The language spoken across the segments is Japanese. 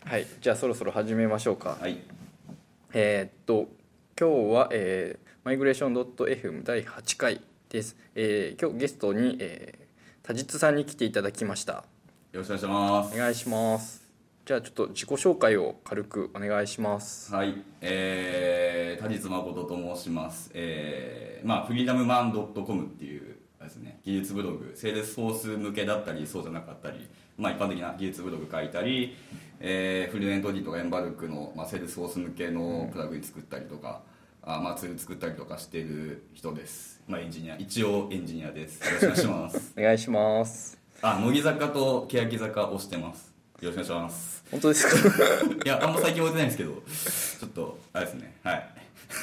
はい、じゃあそろそろ始めましょうか。 はい。 今日は、マイグレーション .fm 第8回です。今日ゲストに、田実さんに来ていただきました。 よろしくお願いします。 お願いします。じゃあちょっと自己紹介を軽くお願いします。 はい。田実誠と申します。フリーダムマン .com っていうですね、技術ブログ、セールスフォース向けだったりそうじゃなかったり、一般的な技術ブログ書いたり、フルエントリーとかエンバルクの、セールスフォース向けのプラグイン作ったりとか、ツール作ったりとかしてる人です。エンジニア、一応エンジニアです。よろしくお願いします。 お願いします。 乃木坂と欅坂をしてます。よろしくお願いします。 本当ですか？ いや、あんま最近覚えてないんですけど、ちょっとあれですね。はい。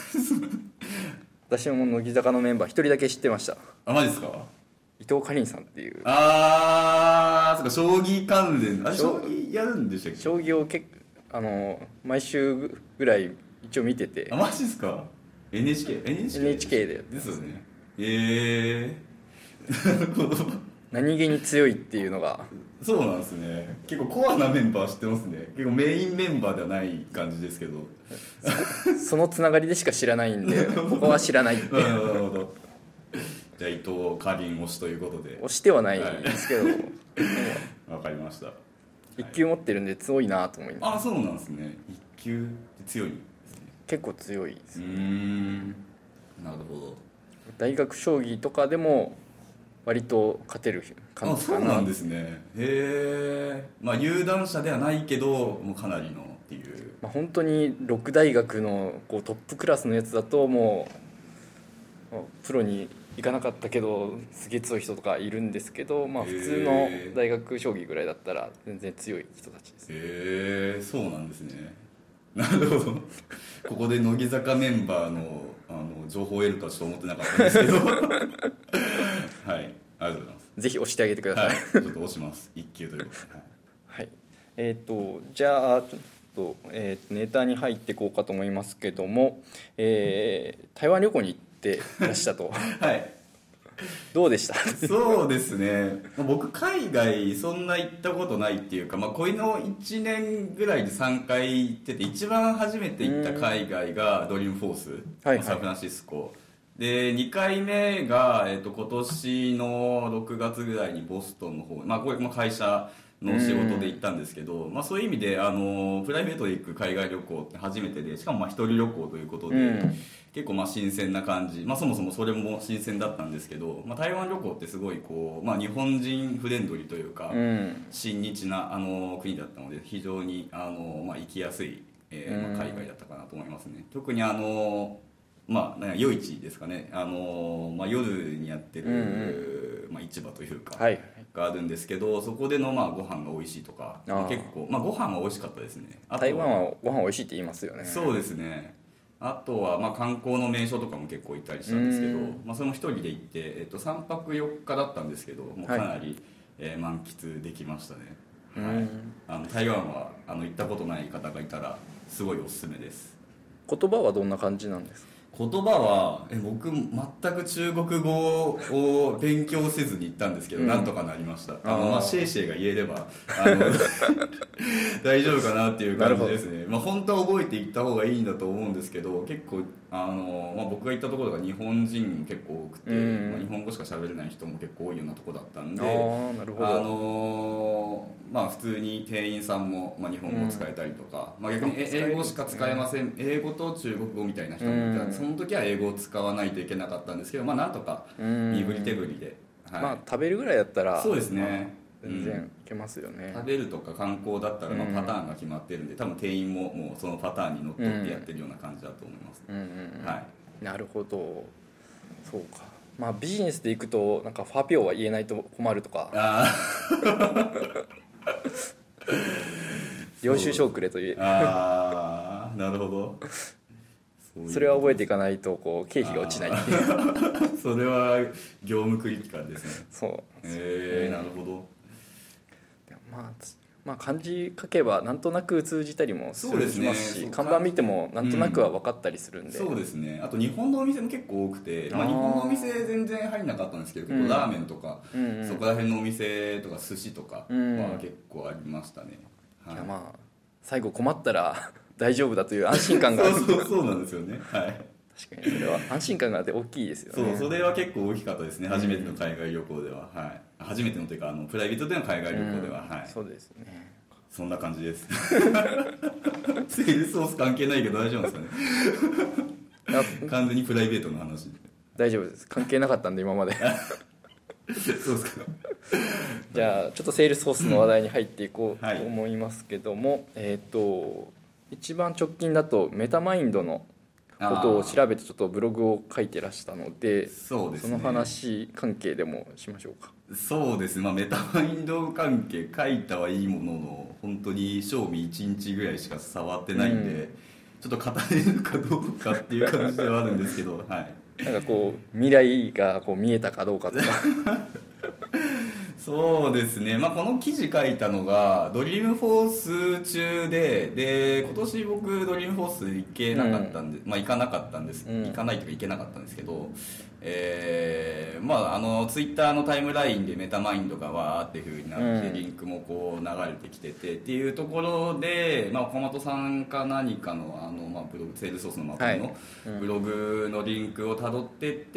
私も乃木坂のメンバー一人だけ知ってました。 マジですか？ 伊藤かりんさんっていう。 そうか、将棋関連、将棋やるんでしたっけ？ 将棋を毎週ぐらい一応見てて。 マジですか？ NHK でですよね。なるほど。 何気に強いっていうのが。 そうなんですね。結構コアなメンバー知ってますね。結構メインメンバーではない感じですけど、 そのつながりでしか知らないんでここは知らないってなるほど。じゃあ伊藤かりん推しということで。 推してはないんですけど、 わかりました。 一級持ってるんで強いなと思います。 そうなんですね。一級って強いですね。 結構強いです。 なるほど。 大学将棋とかでも割と勝てる感じかな。 そうなんですね。へえ。有段者ではないけどもうかなりのっていう。 本当に6大学のトップクラスのやつだともうプロに行かなかったけどすげえ強い人とかいるんですけど、普通の大学将棋ぐらいだったら全然強い人たちです。 へえ、そうなんですね。なるほど。ここで乃木坂メンバーの情報を得るとはちょっと思ってなかったんですけどはい、ありがとうございます。 ぜひ押してあげてください。 ちょっと押します一級ということで。 はい、じゃあちょっと、ネタに入っていこうかと思いますけども、台湾旅行に行ってらしたとはいどうでした？ そうですね、僕海外そんな行ったことないっていうか、この1年ぐらいで3回行ってて、一番初めて行った海外がドリームフォース、 はいはい、 サンフランシスコで、2回目が、今年の6月ぐらいにボストンの方、これも会社の仕事で行ったんですけど、そういう意味でプライベートで行く海外旅行って初めてで、しかも一人旅行ということで、結構新鮮な感じ、そもそもそれも新鮮だったんですけど、台湾旅行ってすごい日本人フレンドリーというか、親日な国だったので、非常に行きやすい、海外だったかなと思いますね。特に夜市ですかね、夜にやってる、市場というか、 はい、 があるんですけど、そこでのご飯が美味しいとか、結構、ご飯は美味しかったですね。 台湾はご飯美味しいって言いますよね。 そうですね。あとは観光の名所とかも結構行ったりしたんですけど、それも一人で行って、3泊4日だったんですけど、もうかなり、満喫できましたね。台湾は行ったことない方がいたらすごいおすすめです。 言葉はどんな感じなんですか？ 言葉は僕全く中国語を勉強せずに行ったんですけど、なんとかなりました。シェイシェイが言えれば大丈夫かなっていう感じですね。本当は覚えていった方がいいんだと思うんですけど、結構僕が行ったところが日本人結構多くて、日本語しか喋れない人も結構多いようなところだったんで、 なるほど。 普通に店員さんも、日本語使えたりとか、逆に英語しか使えません、英語と中国語みたいな人もいたんで、その時は英語を使わないといけなかったんですけど、なんとか身振り手振りで、 食べるぐらいだったらそうですね、 全然いけますよね。 食べるとか観光だったらパターンが決まってるんで、多分店員ももうそのパターンにのっとってやってるような感じだと思います。 なるほど。そうか。ビジネスで行くとなんかファピョは言えないと困るとか、領収書くれと言え、 なるほど。 それは覚えていかないと経費が落ちないっていうそれは業務クリティカルですね。 そうなるほど。 漢字書けばなんとなく通じたりもしますし、看板見てもなんとなくは分かったりするんで、 そうですね。あと日本のお店も結構多くて、日本のお店全然入んなかったんですけど、ラーメンとか、そこら辺のお店とか寿司とかは結構ありましたね。 最後困ったら大丈夫だという安心感があるそうなんですよね。はい。 確かにそれは安心感があって大きいですよね。 それは結構大きかったですね。初めての海外旅行では、はい。初めてのというかプライベートでの海外旅行では、はい。 そうですね。 そんな感じです。セールスフォース関係ないけど大丈夫ですかね。完全にプライベートの話。 大丈夫です。関係なかったんで今まで。 そうですか。 じゃあちょっとセールスフォースの話題に入っていこうと思いますけども、一番直近だとメタマインドのことを調べてちょっとブログを書いてらしたので、 そうですね、 その話関係でもしましょうか。 そうですね、メタマインド関係書いたはいいものの本当に賞味1日ぐらいしか触ってないんで、ちょっと語れるかどうかっていう感じではあるんですけど、はい、 なんかこう未来がこう見えたかどうかとかそうですね、この記事書いたのがドリームフォース中で今年僕ドリームフォース行けなかったんで、行かなかったんです、行かないというか行けなかったんですけど、ツイッターのタイムラインでメタマインドがわーっていう風になって、リンクもこう流れてきててっていうところで、岡本さんか何かのブログ、セールスソースのマップのブログのリンクをたどってって、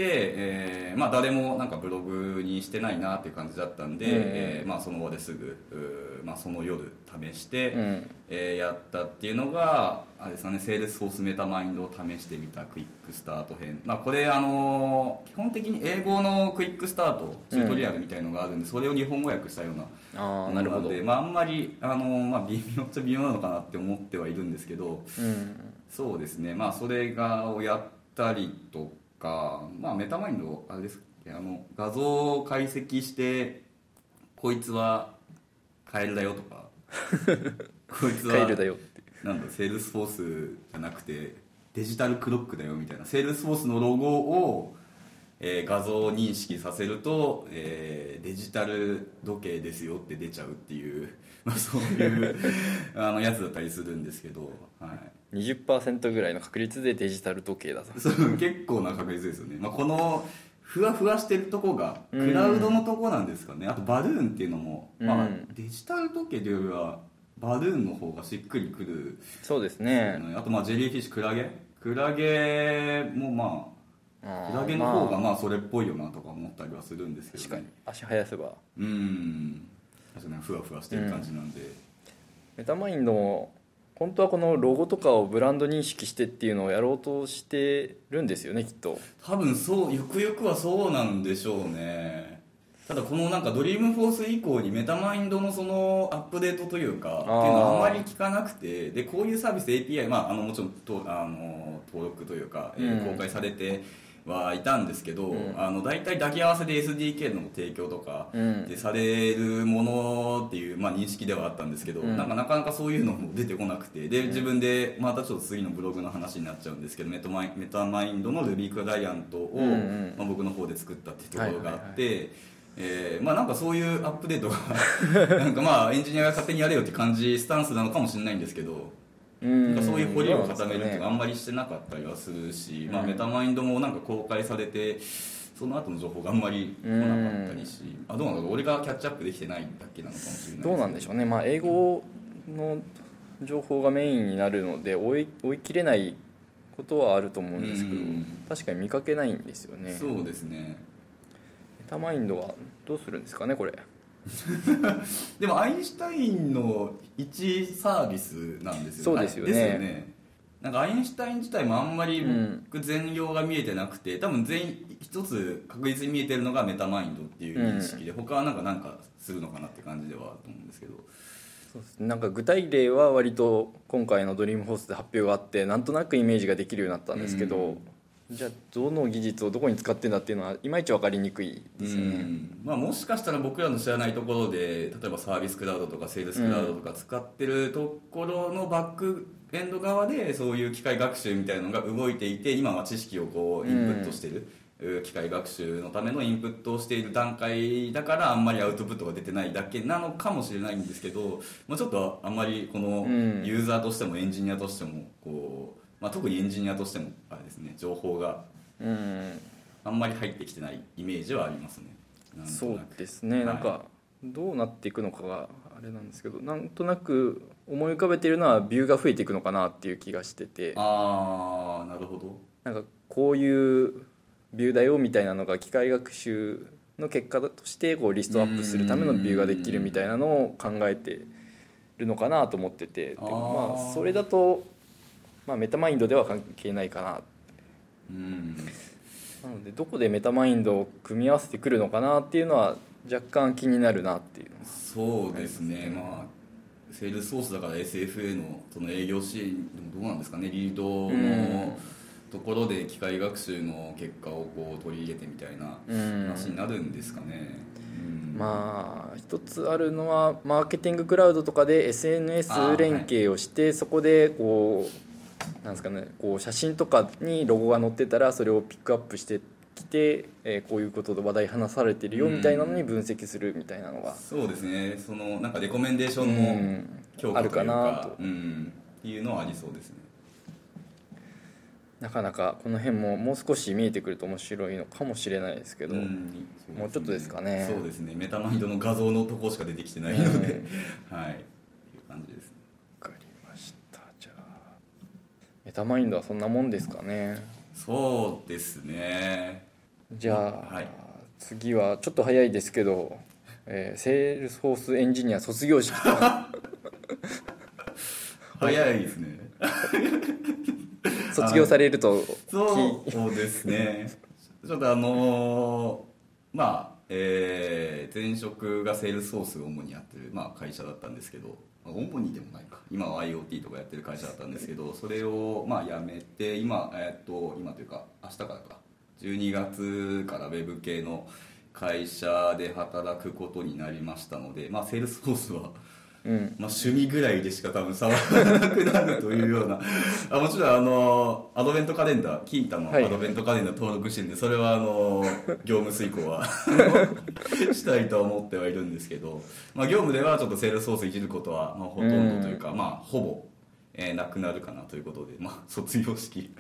誰もなんかブログにしてないなっていう感じだったんで、その場ですぐ、その夜試して、やったっていうのがあれですかね、セールスフォースメタマインドを試してみたクイックスタート編、これ基本的に英語のクイックスタートチュートリアルみたいのがあるんで、それを日本語訳したようなものなので、あんまり微妙なのかなって思ってはいるんですけど、そうですね、それをやったりとか、メタマインドあれですっけ、画像を解析してこいつはカエルだよとかこいつはカエルだよってなんだセールスフォースじゃなくてデジタルクロックだよみたいな、セールスフォースのロゴを、画像認識させると、デジタル時計ですよって出ちゃうっていう、そういうやつだったりするんですけど、はい、 20% ぐらいの確率でデジタル時計だと。 結構な確率ですよね、このふわふわしてるとこがクラウドのとこなんですかね、あとバルーンっていうのも、デジタル時計というよりはバルーンの方がしっくりくる、 そうですね。 あとジェリーフィッシュ、クラゲもクラゲの方がそれっぽいよなとか思ったりはするんですけど、ね、 確かに足生やせばふわふわしてる感じなんで、 メタマインドも本当はこのロゴとかをブランド認識してっていうのをやろうとしてるんですよね、きっと。 多分そう、ゆくゆくはそうなんでしょうね。ただこのドリームフォース以降にメタマインドのそのアップデートというかっていうのはあんまり聞かなくて、でこういうサービス API、もちろん登録というか、公開されてはいたんですけど、大体抱き合わせで SDK の提供とかでされるものっていう、認識ではあったんですけど、なかなかそういうのも出てこなくて、で自分でまたちょっと次のブログの話になっちゃうんですけど、メタマインドの Ruby クライアントを、僕の方で作ったっていうところがあって、そういうアップデートがエンジニアが勝手にやれよって感じスタンスなのかもしれないんですけど、そういう堀を固めるっていうのはあんまりしてなかったりはするし、メタマインドも公開されてその後の情報があんまり来なかったりし、どうなんだろう、俺がキャッチアップできてないだけなのかもしれないです。 どうなんでしょうね、英語の情報がメインになるので追い切れないことはあると思うんですけど、確かに見かけないんですよね。 そうですね。 メタマインドはどうするんですかね、これ。 でもアインシュタインの一サービスなんですよね。 そうですよね。 ですよね。アインシュタイン自体もあんまり僕全容が見えてなくて、多分一つ確実に見えてるのがメタマインドっていう認識で、他はなんかするのかなって感じではあると思うんですけど。 そうですね、具体例は割と今回のドリームホースで発表があってなんとなくイメージができるようになったんですけど、じゃあどの技術をどこに使ってんだっていうのはいまいち分かりにくいですよね。 もしかしたら僕らの知らないところで例えばサービスクラウドとかセールスクラウドとか使ってるところのバックエンド側でそういう機械学習みたいなのが動いていて、今は知識をインプットしてる、機械学習のためのインプットをしている段階だからあんまりアウトプットが出てないだけなのかもしれないんですけど、ちょっとあんまりこのユーザーとしてもエンジニアとしても特にエンジニアとしてもあれですね、情報があんまり入ってきてないイメージはありますね。 そうですね、どうなっていくのかがあれなんですけど、なんとなく思い浮かべてるのはビューが増えていくのかなっていう気がしてて、 ああ、なるほど。 なんかこういうビューだよみたいなのが機械学習の結果としてこうリストアップするためのビューができるみたいなのを考えてるのかなと思ってて、でもまあそれだと、まあ、メタマインドでは関係ないかな。なのでどこでメタマインドを組み合わせてくるのかなっていうのは若干気になるなっていう。 そうですね、まあセールスソースだから SFA のその営業支援でもどうなんですかね、リードのところで機械学習の結果をこう取り入れてみたいな話になるんですかね。 まあ一つあるのはマーケティングクラウドとかで SNS 連携をして、そこでこうなんですかね、こう写真とかにロゴが載ってたらそれをピックアップしてきて、こういうことで話題話されてるよみたいなのに分析するみたいなのが、 そうですね、そのなんかレコメンデーションの強化というか、 あるかなと、 っていうのはありそうですね。 なかなかこの辺ももう少し見えてくると面白いのかもしれないですけど、もうちょっとですかね。 そうですね、メタマインドの画像のところしか出てきてないので、はい、いう感じです。 わかりました。じゃあメタマインドはそんなもんですかね。 そうですね。 じゃあ、次はちょっと早いですけど、セールスフォースエンジニア卒業式早いですね卒業されるとそうですねちょっとまあ、前職がセールスフォースを主にやってる、まあ、会社だったんですけど、主にでもないか、今は IoT とかやってる会社だったんですけど、それをまあ辞めて今というか明日からか12月からウェブ系の会社で働くことになりましたので、まあ、セールスフォースは、まあ、趣味ぐらいでしか多分触らなくなるというようなもちろんアドベントカレンダー、キンタのアドベントカレンダー登録してるんで、それは業務遂行はしたいと思ってはいるんですけど、まあ、業務ではちょっとセールスフォースいじることは、まあ、ほとんどというか、まあ、ほぼなくなるかなということで、まあ、卒業式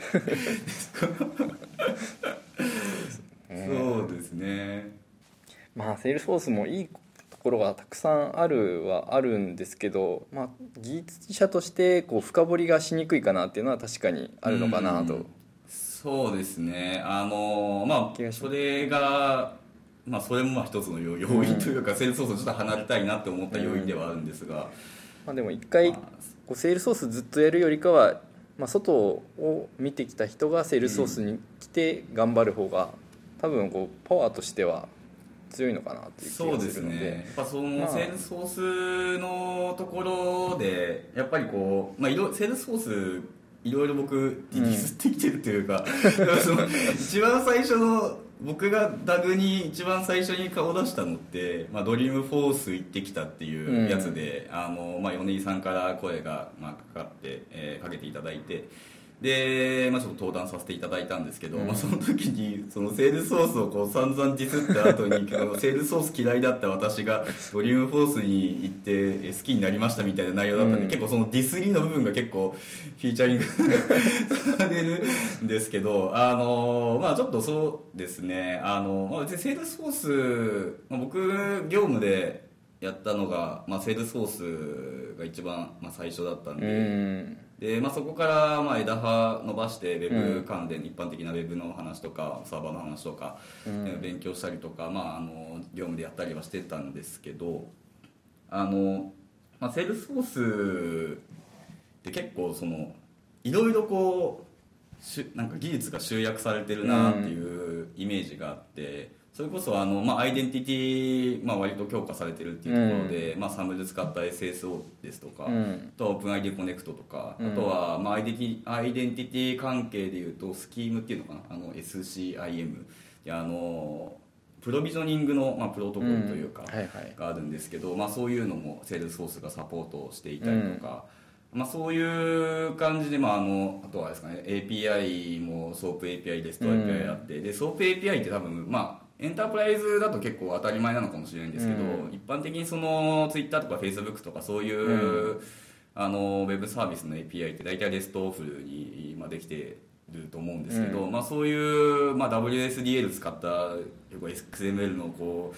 そうですね。 まあセールスフォースもいいところがたくさんあるはあるんですけど、まあ、技術者としてこう深掘りがしにくいかなっていうのは確かにあるのかなと。 そうですね、まあそれが、まあ、それもまあ一つの要因というか、セールスフォースをちょっと離れたいなって思った要因ではあるんですが、 まあ、でも一回こうセールスフォースずっとやるよりかは、まあ、外を見てきた人がセールスフォースに来て頑張る方が多分こうパワーとしては強いのかなという気がするので。 そうですね、やっぱそのセールスフォースのところでやっぱりこう、まあ、セールスフォースいろいろ僕ディスってきてるというか、その一番最初の僕がダグに一番最初に顔出したのって、まあ、ドリームフォース行ってきたっていうやつで、まあ、米井さんから声がまあかかって、かけていただいて、で、まあ、ちょっと登壇させていただいたんですけど、まあ、その時にそのセールスフォースをこう散々ディスった後にセールスフォース嫌いだった私がドリームフォースに行って好きになりましたみたいな内容だったんで、結構そのディスりの部分が結構フィーチャリングされるんですけど、まあ、ちょっとそうですね、まあ、別にセールスフォース、まあ、僕業務でやったのが、まあ、セールスフォースが一番、まあ、最初だったんで、でまあ、そこからまあ枝葉伸ばしてウェブ関連、一般的なウェブの話とかサーバーの話とか、勉強したりとか、まあ、業務でやったりはしてたんですけど、まあ、セールスフォースって結構そのいろいろこうなんか技術が集約されてるなっていうイメージがあって、それこそまあ、アイデンティティ、まあ、割と強化されてるっていうところで、まあ、サムで使った SSO ですとか、あとは OpenID コネクトとか、あとは、まあ、アイデンティティ関係でいうとスキームっていうのかな、SCIM でプロビジョニングの、まあ、プロトコルというか、があるんですけど、まあ、そういうのもセールスフォースがサポートしていたりとか、まあ、そういう感じで、まあ、あとはですかね、 API も SOAP API ですと API あって、で SOAP API って多分まあエンタープライズだと結構当たり前なのかもしれないんですけど、一般的にその Twitter とか Facebook とかそういう、ウェブサービスの API って大体レストフルに今できてると思うんですけど、まあ、そういう、まあ、WSDL 使った XML のこう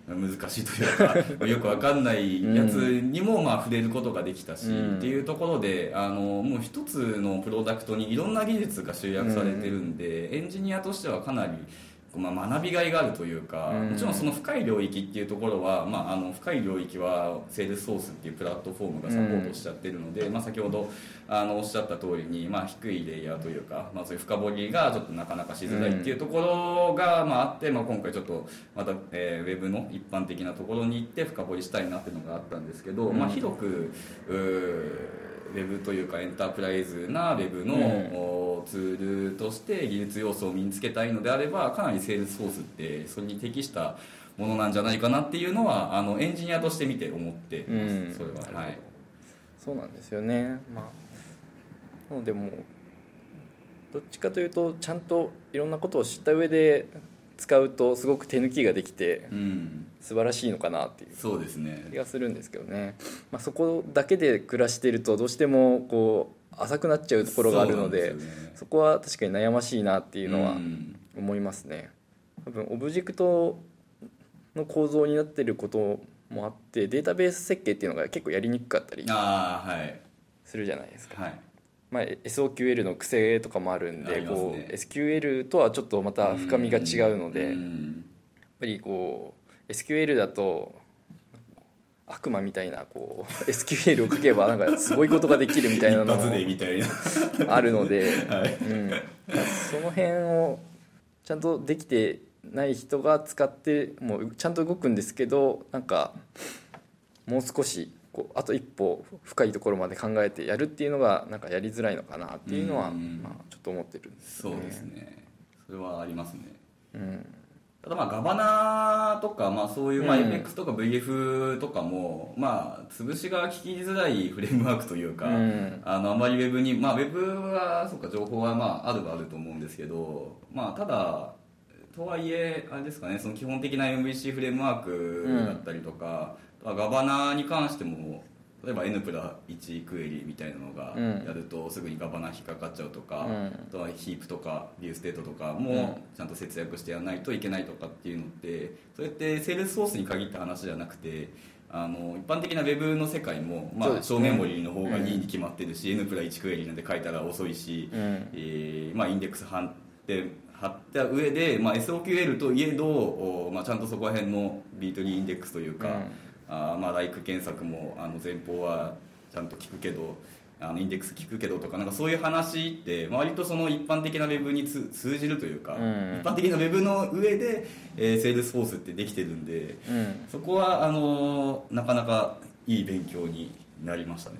難しいというかよくわかんないやつにもまあ触れることができたし、っていうところでもう一つのプロダクトにいろんな技術が集約されてるんで、エンジニアとしてはかなりまあ、学びがいがあるというか、もちろんその深い領域っていうところは、まあ、深い領域はセールスソースっていうプラットフォームがサポートしちゃってるので、まあ、先ほどおっしゃった通りに、まあ、低いレイヤーというか、まあ、そういう深掘りがちょっとなかなかしづらいっていうところが、まあ、あって、まあ、今回ちょっとまた、ウェブの一般的なところに行って深掘りしたいなっていうのがあったんですけど、まあ、広くウェブというかエンタープライズなウェブの、ツールとして技術要素を身につけたいのであれば、かなりセールスフォースってそれに適したものなんじゃないかなっていうのはエンジニアとして見て思ってます、それは。はい、 そうなんですよね。まあ、なのでもうどっちかというとちゃんといろんなことを知った上で使うとすごく手抜きができて素晴らしいのかなっていう気がするんですけどね。まあ、そこだけで暮らしているとどうしてもこう浅くなっちゃうところがあるので、そこは確かに悩ましいなっていうのは思いますね。多分オブジェクトの構造になっていることもあって、データベース設計っていうのが結構やりにくかったりするじゃないですか。まあ、SOQL の癖とかもあるんで、こう SQL とはちょっとまた深みが違うので、やっぱりこう SQL だと悪魔みたいなこう SQL を書けばなんかすごいことができるみたいなのもあるので、その辺をちゃんとできてない人が使ってもうちゃんと動くんですけど、なんかもう少しこうあと一歩深いところまで考えてやるっていうのがなんかやりづらいのかなっていうのは、まあ、ちょっと思ってるんですよね。 そうですね、それはありますね。ただまあガバナとか、まあ、そういうまあ MX とか VF とかも、まあ、潰しが聞きづらいフレームワークというか、あまりウェブに、まあ、ウェブはそうか情報はまああるはあると思うんですけど、まあ、ただとはいえあれですかね、その基本的な MVC フレームワークだったりとか、ガバナに関しても例えば N プラ1クエリみたいなのがやるとすぐにガバナ引っかかっちゃうとか、あとはヒープとかビューステートとかもちゃんと節約してやらないといけないとかっていうのって、それってセールスフォースに限った話じゃなくて、一般的なウェブの世界も、まあ、小メモリーの方がいいに決まってるし、N プラ1クエリなんて書いたら遅いし、まあ、インデックス貼った上で、まあ、SOQL といえど、まあ、ちゃんとそこら辺のビートリーインデックスというか、まあ、ライク検索も前方はちゃんと聞くけどインデックス聞くけどとか、なんかそういう話って割とその一般的なウェブに通じるというか、一般的なウェブの上で、セールスフォースってできてるんで、そこはなかなかいい勉強になりましたね。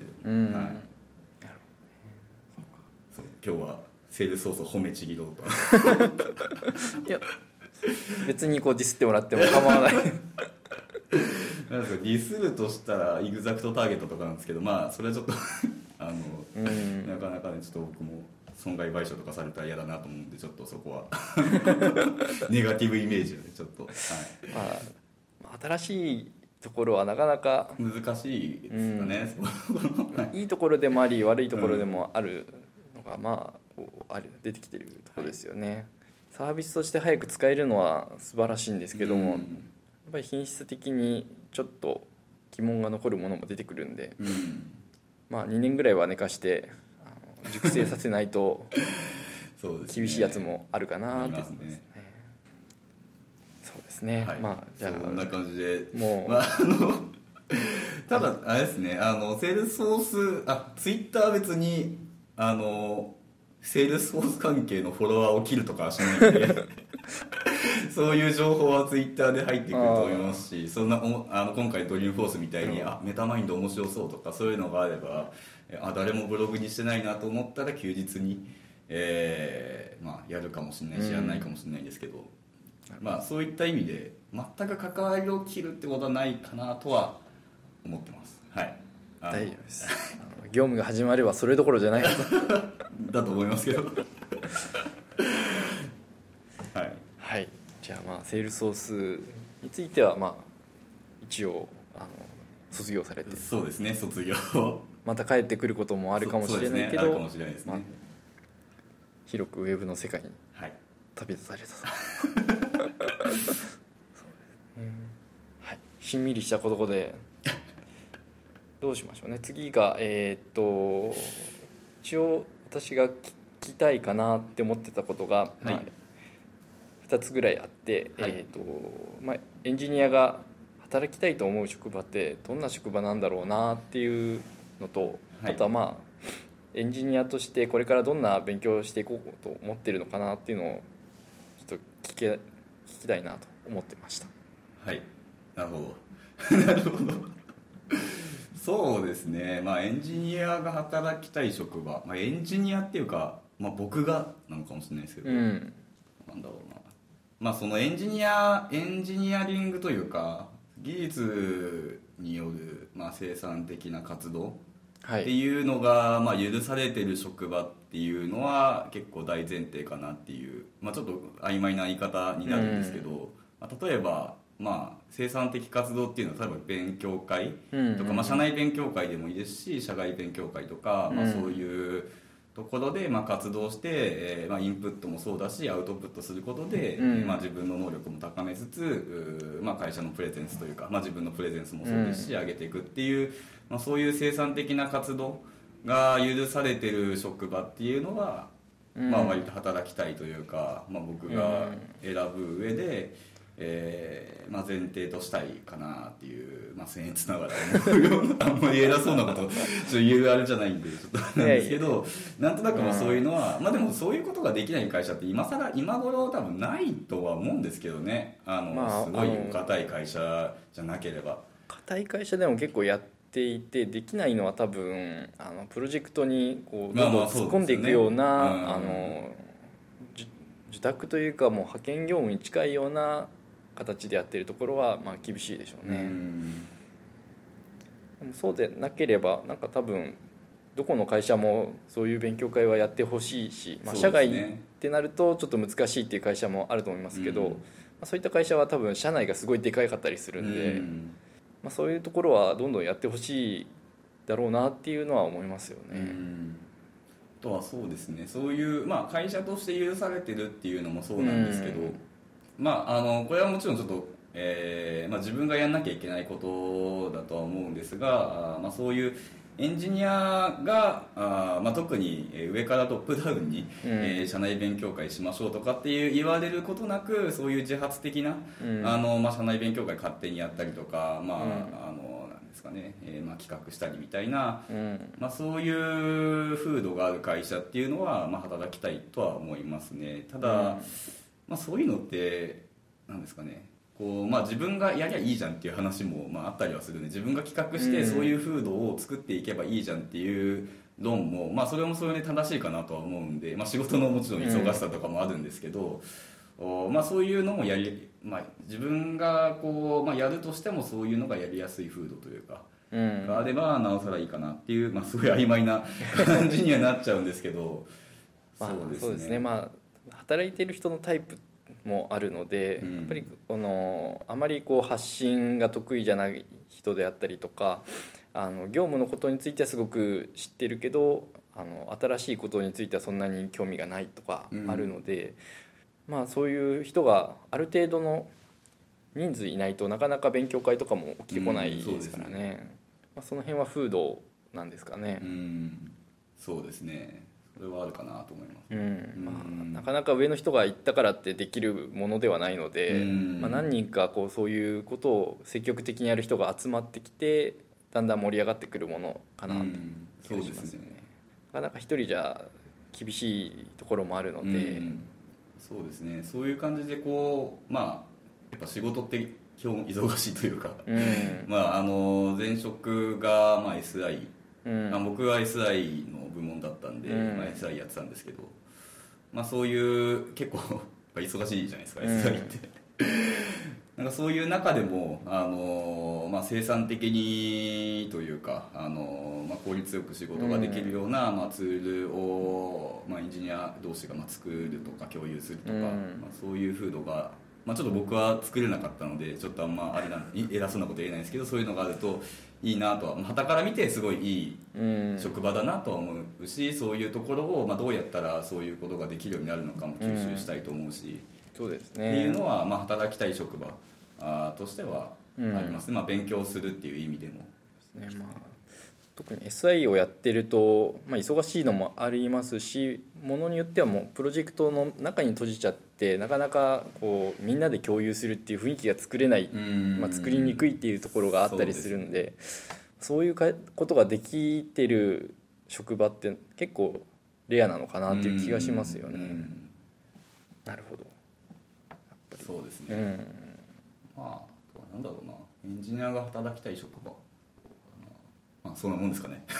そう今日はセールスフォースを褒めちぎろうといや別にこうディスってもらっても構わないなんですか、ディスるとしたらイグザクトターゲットとかなんですけど、まあそれはちょっとなかなかね、ちょっと僕も損害賠償とかされたら嫌だなと思うんで、ちょっとそこはネガティブイメージをねちょっと、 まあ、新しいところはなかなか難しいですかね、 いいところでもあり悪いところでもあるのが、まあこう出てきてるところですよね。サービスとして早く使えるのは素晴らしいんですけども、やっぱり品質的にちょっと疑問が残るものも出てくるんで、まあ2年ぐらいは寝かして熟成させないと厳しいやつもあるかなって思いますね。そうですね、まあじゃあそんな感じでもう、 まあ、ただあれですね、セールスフォースツイッター別にセールスフォース関係のフォロワーを切るとかはしないのでそういう情報はツイッターで入ってくると思いますし、そんな今回ドリームフォースみたいにメタマインド面白そうとかそういうのがあれば、誰もブログにしてないなと思ったら休日に、まあ、やるかもしれないしやらないかもしれないんですけど、まあ、そういった意味で全く関わりを切るってことはないかなとは思ってます。はい、 大丈夫です業務が始まればそれどころじゃないだと思いますけどはい、 はい、じゃあまあセールスソースについてはまあ一応卒業されて、 そうですね、卒業また帰ってくることもあるかもしれないけど、 あるかもしれないですね、まあ、 広くウェブの世界に旅立たれたと、はいしんみりしたことでどうしましょうね。次が一応私が聞きたいかなって思ってたことが、 はい、 2つぐらいあって、 はい、 エンジニアが働きたいと思う職場ってどんな職場なんだろうなっていうのと、 はい、 あとはエンジニアとしてこれからどんな勉強をしていこうと思ってるのかなっていうのをちょっと聞きたいなと思ってました。 はい、なるほどなるほど。そうですね、エンジニアが働きたい職場、エンジニアっていうか、僕がなのかもしれないですけど、なんだろうな、そのエンジニアリングというか技術による、生産的な活動っていうのが、許されてる職場っていうのは結構大前提かなっていう、ちょっと曖昧な言い方になるんですけど、例えば、生産的活動っていうのは例えば勉強会とか、社内勉強会でもいいですし社外勉強会とか、そういうところで活動して、インプットもそうだしアウトプットすることで、自分の能力も高めつつ、会社のプレゼンスというか、自分のプレゼンスもそうですし、上げていくっていう、そういう生産的な活動が許されてる職場っていうのは、割と働きたいというか、僕が選ぶ上で、前提としたいかなっていう、僭越ながら思うようなあんまり偉そうなこと言えるあれじゃないんでちょっとなんですけど、なんとなくそういうのは、でもそういうことができない会社って今頃多分ないとは思うんですけどね。すごいお堅い会社じゃなければ。 堅い会社でも結構やっていて、できないのは多分プロジェクトにこうどんどん突っ込んでいくような、受託というかもう派遣業務に近いような形でやっているところは厳しいでしょうね。でもそうでなければ多分どこの会社もそういう勉強会はやってほしいし、社外ってなるとちょっと難しいっていう会社もあると思いますけど、そういった会社は多分社内がすごいでかかったりするんで、そういうところはどんどんやってほしいだろうなっていうのは思いますよね。 あとはそうですね、そういう、会社として許されてるっていうのもそうなんですけど、これはもちろんちょっと、自分がやんなきゃいけないことだとは思うんですが、そういうエンジニアが特に上からトップダウンに、社内勉強会しましょうとかっていう言われることなく、そういう自発的な、社内勉強会勝手にやったりとか、なんですかね、企画したりみたいな、そういう風土がある会社っていうのは、働きたいとは思いますね。ただ、そういうのってなんですかね、こう、自分がやりゃいいじゃんっていう話も、あったりはするので、自分が企画してそういう風土を作っていけばいいじゃんっていう論も、それもそれで正しいかなとは思うんで、仕事のもちろん忙しさとかもあるんですけど、そういうのも自分がこう、やるとしてもそういうのがやりやすい風土というか、があればなおさらいいかなっていう、すごい曖昧な感じにはなっちゃうんですけど、 そうですね。働いている人のタイプもあるので、やっぱりあまり発信が得意じゃない人であったりとか、業務のことについてはすごく知ってるけど新しいことについてはそんなに興味がないとかあるので、そういう人がある程度の人数いないとなかなか勉強会とかも起きてこないですからね。その辺は風土なんですかね。 そうですね、それはあるかなと思います。 なかなか上の人が言ったからってできるものではないので、何人かそういうことを積極的にやる人が集まってきてだんだん盛り上がってくるものかなという気がしますよね。なかなか一人じゃ厳しいところもあるので、 そうですね、そういう感じでこう、やっぱ仕事って基本忙しいというか、前職がSI、僕は SI の部門だったんで、SI やってたんですけど、そういう結構忙しいじゃないですか、SI ってなんかそういう中でも、生産的にというか、効率よく仕事ができるような、ツールを、エンジニア同士が作るとか共有するとか、そういう風土が、ちょっと僕は作れなかったのでちょっとあんま偉そうなこと言えないんですけど、そういうのがあるといいなとは、傍から見てすごいいい職場だなとは思うし、そういうところを、どうやったらそういうことができるようになるのかも吸収したいと思うし、 そうですね、 っていうのは、働きたい職場としては、 りますね、まあ、勉強するっていう意味でもね。まあ特に SI をやってると、まあ、忙しいのもありますし、ものによってはもうプロジェクトの中に閉じちゃってなかなかこうみんなで共有するっていう雰囲気が作れない、まあ、作りにくいっていうところがあったりするんで、そういうことができてる職場って結構レアなのかなっていう気がしますよね。なるほど。やっぱりそうですね、まあなんだろうな、エンジニアが働きたい職場、まあそんなもんですかね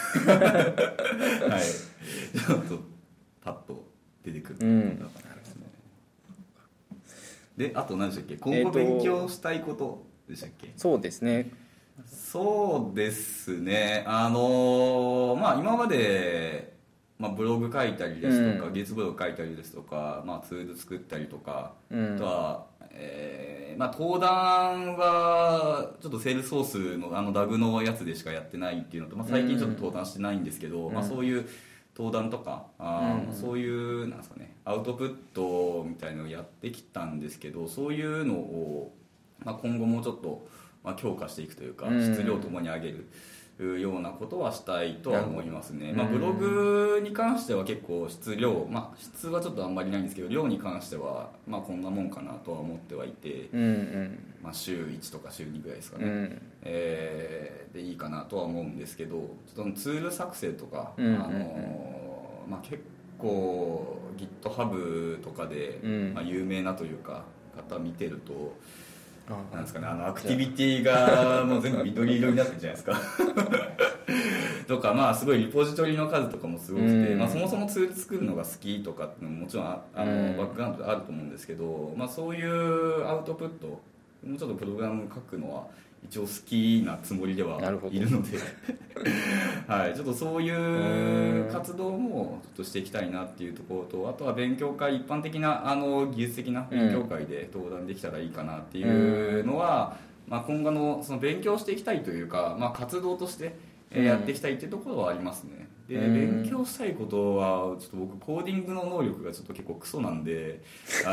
はいちょっとパッと出てくる、であと何でしたっけ、今後勉強したいことでしたっけ。 そうですね、 そうですね、まあ今まで、まあ、ブログ書いたりですとか、技術ブログ書いたりですとか、まあ、ツール作ったりとか、あとは、まあ、登壇はちょっとセールソースのダグのやつでしかやってないっていうのと、まあ、最近ちょっと登壇してないんですけど、まあ、そういう登壇とかそういうなんですかね、アウトプットみたいなのをやってきたんですけど、そういうのを、まあ、今後もうちょっと、まあ、強化していくというか、質量ともに上げるようなことはしたいとは思いますね。まあ、ブログに関しては結構質量、まあ、質はちょっとあんまりないんですけど、量に関してはまあこんなもんかなとは思ってはいて、まあ、週1とか週2ぐらいですかね、でいいかなとは思うんですけど、ちょっとツール作成とか、まあ、結構 GitHub とかで、まあ、有名なというか方見てると、なんですかね、アクティビティがもう全部緑色になってるじゃないですかとか、まあすごいリポジトリの数とかもすごくて、まあ、そもそもツール作るのが好きとかっていうのももちろんバックグラウンドであると思うんですけど、まあ、そういうアウトプットもうちょっとプログラム書くのは一応好きなつもりではいるのではい、ちょっとそういう活動もちょっとしていきたいなっていうところと、あとは勉強会、一般的な技術的な勉強会で登壇できたらいいかなっていうのは、まあ、今後のその勉強していきたいというか、まあ、活動としてやっていきたいっていうところはありますね。で勉強したいことはちょっと僕コーディングの能力がちょっと結構クソなんで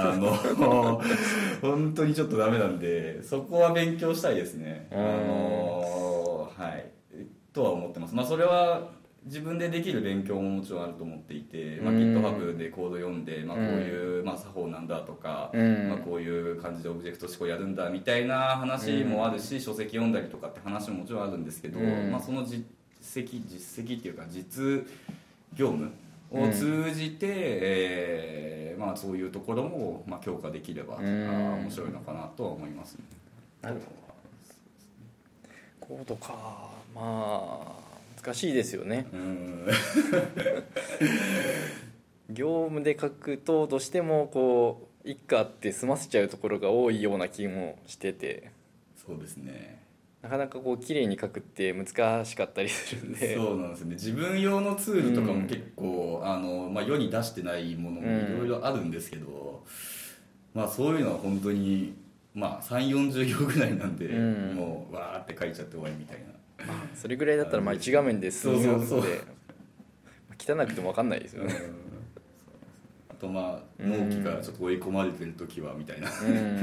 本当にちょっとダメなんで、そこは勉強したいですね。はいとは思ってます。まあ、それは自分でできる勉強ももちろんあると思っていて、まあ、GitHub でコード読んで、まあ、こういう、まあ、作法なんだとか、まあ、こういう感じでオブジェクト思考やるんだみたいな話もあるし、書籍読んだりとかって話ももちろんあるんですけど、まあ、その実績っていうか実業務を通じて、まあ、そういうところも、まあ、強化できれば面白いのかなとは思いますね。 なるほど。コードか、まあ難しいですよね。業務で書くとどうしてもこう一家って済ませちゃうところが多いような気もしてて、 そうですね、 なかなかこう綺麗に書くって難しかったりするんで。 そうなんですよね。自分用のツールとかも結構、まあ、世に出してないものもいろいろあるんですけど、まあ、そういうのは本当に、まあ、3、40行ぐらいなんで、もうわーって書いちゃって終わりみたいな。 それぐらいだったらまあ1画面で済むので汚くても分かんないですよね。 あとまあ納期がちょっと追い込まれてる時はみたいな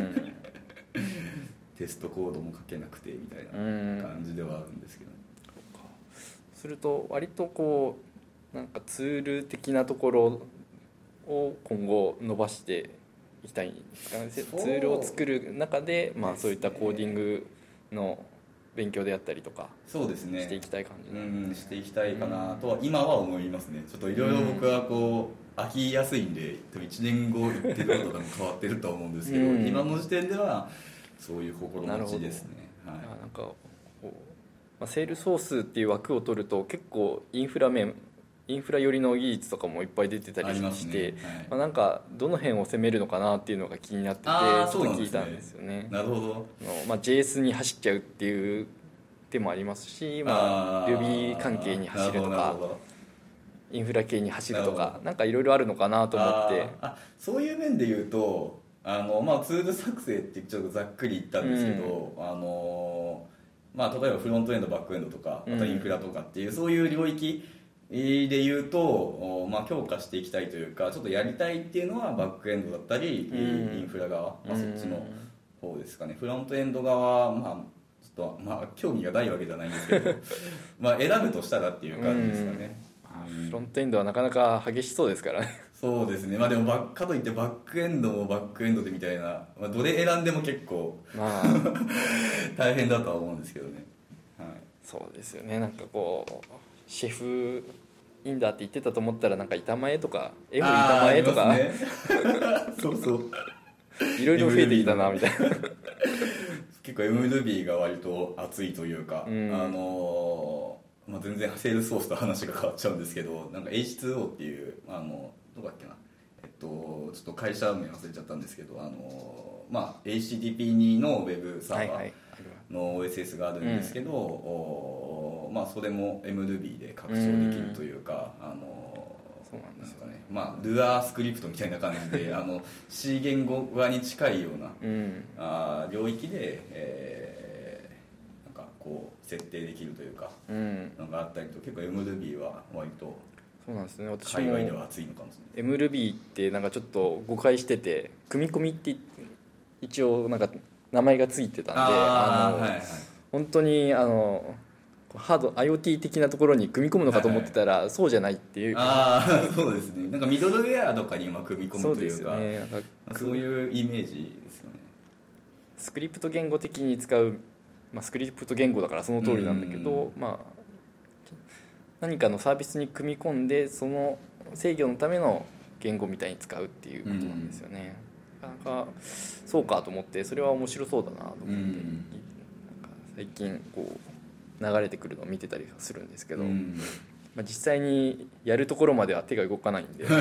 テストコードも書けなくてみたいな感じではあるんですけど、 すると割とこうなんかツール的なところを今後伸ばしていきたいんですかね。ツールを作る中で、まあ、そういったコーディングの勉強であったりとか、 そうですね、 していきたい感じ、 していきたいかなとは今は思いますね。ちょっといろいろ僕はこう飽きやすいんで、多分1年後言ってることが変わってるとは思うんですけど、今の時点ではそういう心持ちですね。はい、 なんかこう、まあ、セールソースっていう枠を取ると結構インフラ寄りの技術とかもいっぱい出てたりして、 ね、はい、 まあ、なんかどの辺を攻めるのかなっていうのが気になっててちょっと聞いたんですよね。 なるほど。 まあ、JS に走っちゃうっていう手もありますし、まあ、Ruby 関係に走るとかインフラ系に走るとか、なんかいろいろあるのかなと思って。 そういう面で言うとまあ、ツール作成ってちょっとざっくり言ったんですけど、まあ、例えばフロントエンドバックエンドとか、あとインフラとかっていう、そういう領域で言うと、まあ、強化していきたいというかちょっとやりたいっていうのはバックエンドだったり、インフラ側、まあ、そっちの方ですかね。フロントエンド側は、まあ、 ちょっとまあ興味がないわけじゃないんですけどまあ選ぶとしたらっていう感じですかね。 フロントエンドはなかなか激しそうですからね。 そうですね。まあでもかといってバックエンドもバックエンドでみたいな、まあ、どれ選んでも結構まあ大変だとは思うんですけどね。はい、 そうですよね。なんかこうシェフいいんだって言ってたと思ったらなんか板前とか F 板前とか、 ね、そうそういろいろ増えてきたなみたいな結構 MLB が割と熱いというか、まあ、全然セールスフォースと話が変わっちゃうんですけど、なんか H2O っていうどこだっけな、ちょっと会社名忘れちゃったんですけど、まあ、HTTP2 のウェブサーバーの OSS があるんですけど、まあ、それも MLB で拡張できるというか、 そうなんですよね。 まあ、ルアースクリプトみたいな感じでC 言語側に近いような、領域で、なんかこう設定できるというか、なんかあったりと、結構 MLB は割とそうなんですね。私も海外では熱いのかもしれない。 MLB ってなんかちょっと誤解してて、組み込みって一応なんか名前がついてたんで、 はいはい、 本当にハード IoT 的なところに組み込むのかと思ってたら、そうじゃないっていうか、そうですね。なんかミドルウェアとかに組み込むというか、そうですよね。 なんかそういうイメージですよね。 スクリプト言語的に使う、まあ、スクリプト言語だからその通りなんだけど、まあ、何かのサービスに組み込んでその制御のための言語みたいに使うっていうことなんですよね。なかなかそうかと思って、それは面白そうだなと思って、なんか最近こう流れてくるのを見てたりするんですけど、まあ、実際にやるところまでは手が動かないんで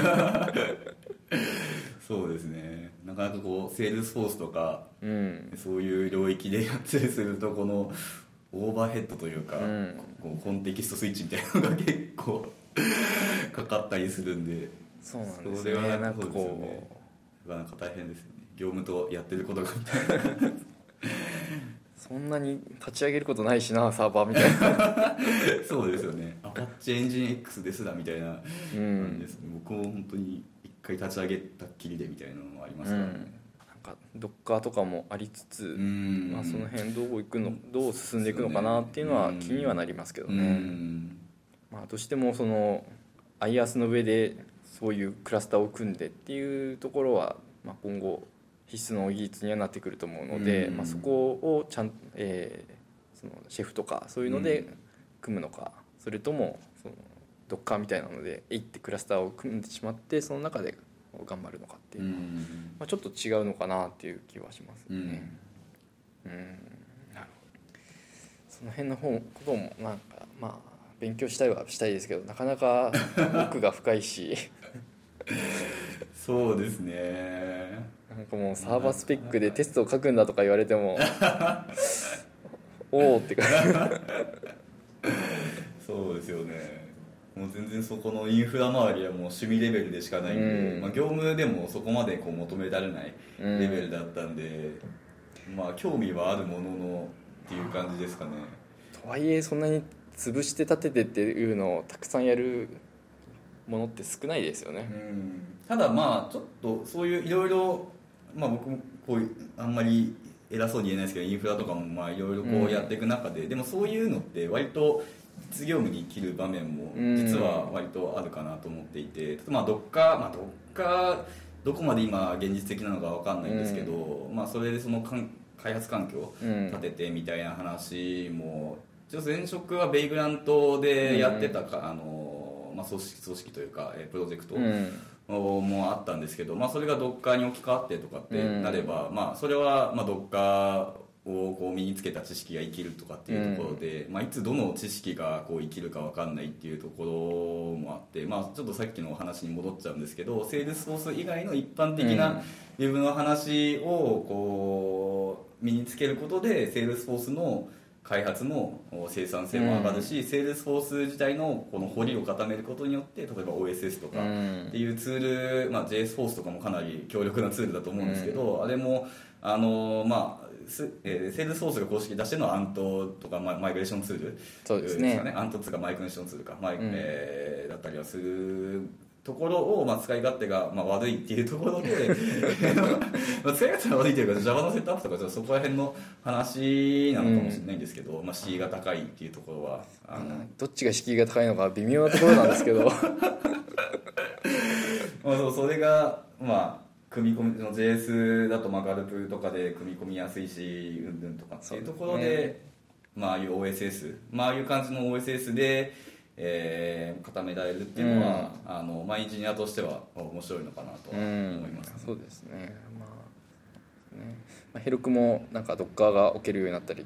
そうですね。なかなかこうセールスフォースとか、そういう領域でやったりすると、このオーバーヘッドというか、こうコンテキストスイッチみたいなのが結構かかったりするんで、 そうなんですよね。なんかこうなかなか大変ですよね。業務とやってることがみたいなそんなに立ち上げることないしな、サーバーみたいなそうですよね。アパッチエンジン X ですらみたいな感じですね。僕も本当に一回立ち上げたっきりでみたいなのもありますからね。 なんかドッカーとかもありつつ、まあ、その辺どう進んでいくのかなっていうのは気にはなりますけどね。まあ、どうしてもその IaaS の上でそういうクラスターを組んでっていうところは、まあ、今後必須の技術にはなってくると思うので、まあ、そこをそのシェフとかそういうので組むのか、それともそのドッカーみたいなのでってクラスターを組んでしまってその中で頑張るのかっていう、まあ、ちょっと違うのかなっていう気はしますね。なるほど。その辺のこともなんかまあ勉強したいはしたいですけど、なかなか奥が深いしそうですね。 なんかもうサーバースペックでテストを書くんだとか言われてもおおってかそうですよね。もう全然そこのインフラ周りはもう趣味レベルでしかないんで、まあ、業務でもそこまでこう求められないレベルだったんで、まあ興味はあるもののっていう感じですかね。 とはいえそんなに潰して立ててっていうのをたくさんやるものって少ないですよね。 ただまあちょっとそういういろいろ、まあ僕もこういうあんまり偉そうに言えないですけど、インフラとかもまあいろいろこうやっていく中で、でもそういうのって割と実業務に生きる場面も実は割とあるかなと思っていて、まあどっかどこまで今現実的なのか分かんないんですけど、まあそれでその開発環境を立ててみたいな話も、前職はベイグラントでやってたか、まあ、組織というかプロジェクトもあったんですけど、まあ、それが Docker に置き換わってとかってなれば、まあ、それはまあ Docker をこう身につけた知識が生きるとかっていうところで、まあ、いつどの知識がこう生きるか分かんないっていうところもあって、まあ、ちょっとさっきのお話に戻っちゃうんですけど、セールスフォース以外の一般的なウェブの話をこう身につけることでセールスフォースの開発の生産性も上がるし、セールスフォース自体のこの掘りを固めることによって例えば OSS とかっていうツール、まあ、JS フォースとかもかなり強力なツールだと思うんですけど、あれもまあセールスフォースが公式出してるのはアントとかマイグレーションツールそうですね。 アントとかマイグレーションツールか、だったりはするところを、まあ、使い勝手が、まあ、悪いっていうところでまあ使い勝手が悪いっていうか Java のセットアップとかそこら辺の話なのかもしれないんですけど、まあ、敷居が高いっていうところはどっちが敷居が高いのか微妙なところなんですけどまあそれがまあ組み込みの JS だとまあガルプとかで組み込みやすいしうんぬんとかっていうところで、まあああいう OSS、まあああいう感じの OSS で、固められるっていうのは、まあ、エンジニアとしては面白いのかなとは思います、ね、 そうですね。まあヘロクもなんか Docker が置けるようになったり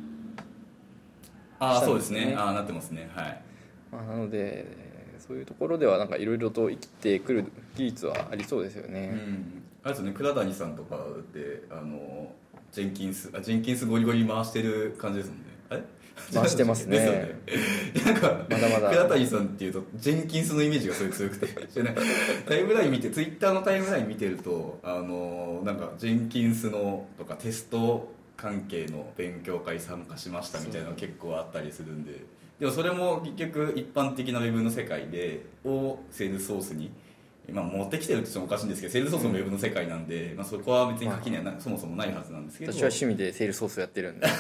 そうですね。なってますね。はい。 まあ、なのでそういうところではなんかいろいろと生きてくる技術はありそうですよね。 あれですね、倉谷さんとかでジェンキンスゴリゴリ回してる感じですもんね。あれ回してますね。 ですよね。なんかまだまだ倉谷さんっていうとジェンキンスのイメージがすごい強くてタイムライン見てツイッターのタイムライン見てるとなんかジェンキンスのとかテスト関係の勉強会参加しましたみたいなのが結構あったりするんで、でもそれも結局一般的なウェブの世界をセールスソースに、まあ、持ってきてるって言ってもおかしいんですけど、セールスソースもウェブの世界なんで、まあ、そこは別に垣根はそもそもないはずなんですけど、 私は趣味でセールスソースやってるんで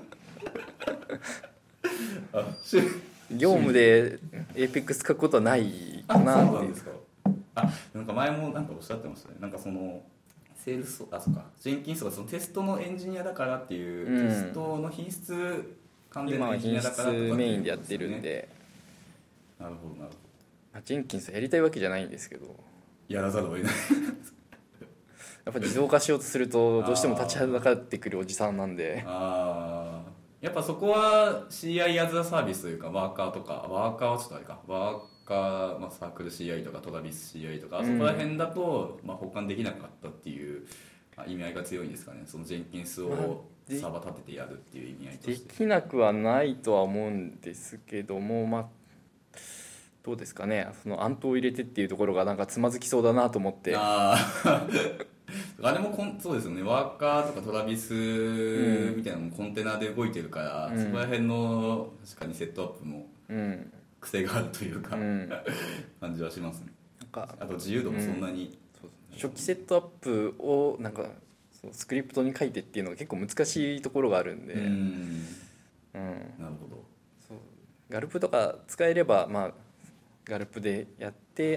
業務で APEX 書くことはないかなっていう。 そうなんですか。なんか前もなんかおっしゃってましたね。なんかそのセールスそうかジェンキンスとかそのテストのエンジニアだからっていう、テストの品質完全なエンジニアだからとかっていうことですよね。 今は品質メインでやってるんで。 なるほどなるほど。 ジェンキンスやりたいわけじゃないんですけど、 やらざるを得ないやっぱ自動化しようとするとどうしても立ちはだかってくるおじさんなんで、 やっぱそこは CI as a サービスというかワーカーはちょっとあれか、ワーカー、まあ、サークル CI とかトラビス CI とか、そこら辺だと、まあ、保管できなかったっていう、まあ、意味合いが強いんですかね。そのジェンキンスをサーバー立ててやるっていう意味合いとして。 できなくはないとは思うんですけども、まあどうですかね、そのアントを入れてっていうところがなんかつまずきそうだなと思って。 あれもそうですよね。ワーカーとかトラビスみたいなのもコンテナで動いてるから、そこら辺の確かにセットアップも癖があるというか、感じはしますね。あと自由度もそんなに、 初期セットアップをなんかスクリプトに書いてっていうのが結構難しいところがあるんで、 なるほど。 そうガルプとか使えれば、まあガルプでやって、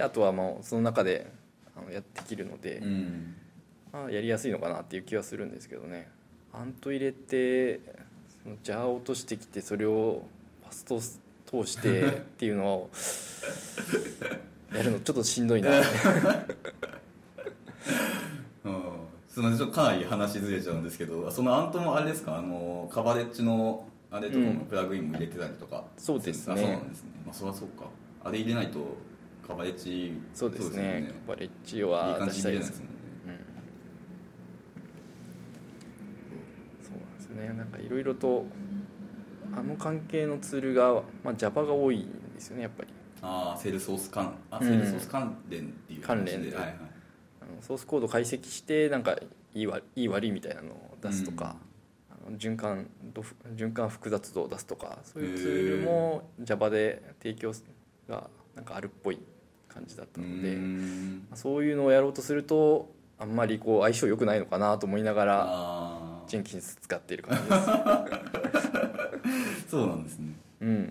あとはもうその中でやってきるので、まあ、やりやすいのかなっていう気はするんですけどね。アント入れてそのジャーを落としてきて、それをパスト通してっていうのをやるのちょっとしんどいなすみません、ちょっとかなり話ずれちゃうんですけど、そのアントもあれですか、カバレッジのあれとかもプラグインも入れてたりとか、 そうですね。 そうなんですね。まあそりゃそうか。あれ入れないとカバレッジ、 そうですね。カバレッジはいい感じに入れないですもんね。 そうなんですね。なんかいろいろと関係のツールが、まあ、Java が多いんですよね、やっぱり。 セールスソース関連っていう関連で、ソースコード解析してなんかいい悪いみたいなのを出すとか、循環複雑度を出すとか、そういうツールも Java で提供がなんかあるっぽい感じだったので、そういうのをやろうとするとあんまりこう相性良くないのかなと思いながらジェンキンス使っている感じですそうなんですね。なる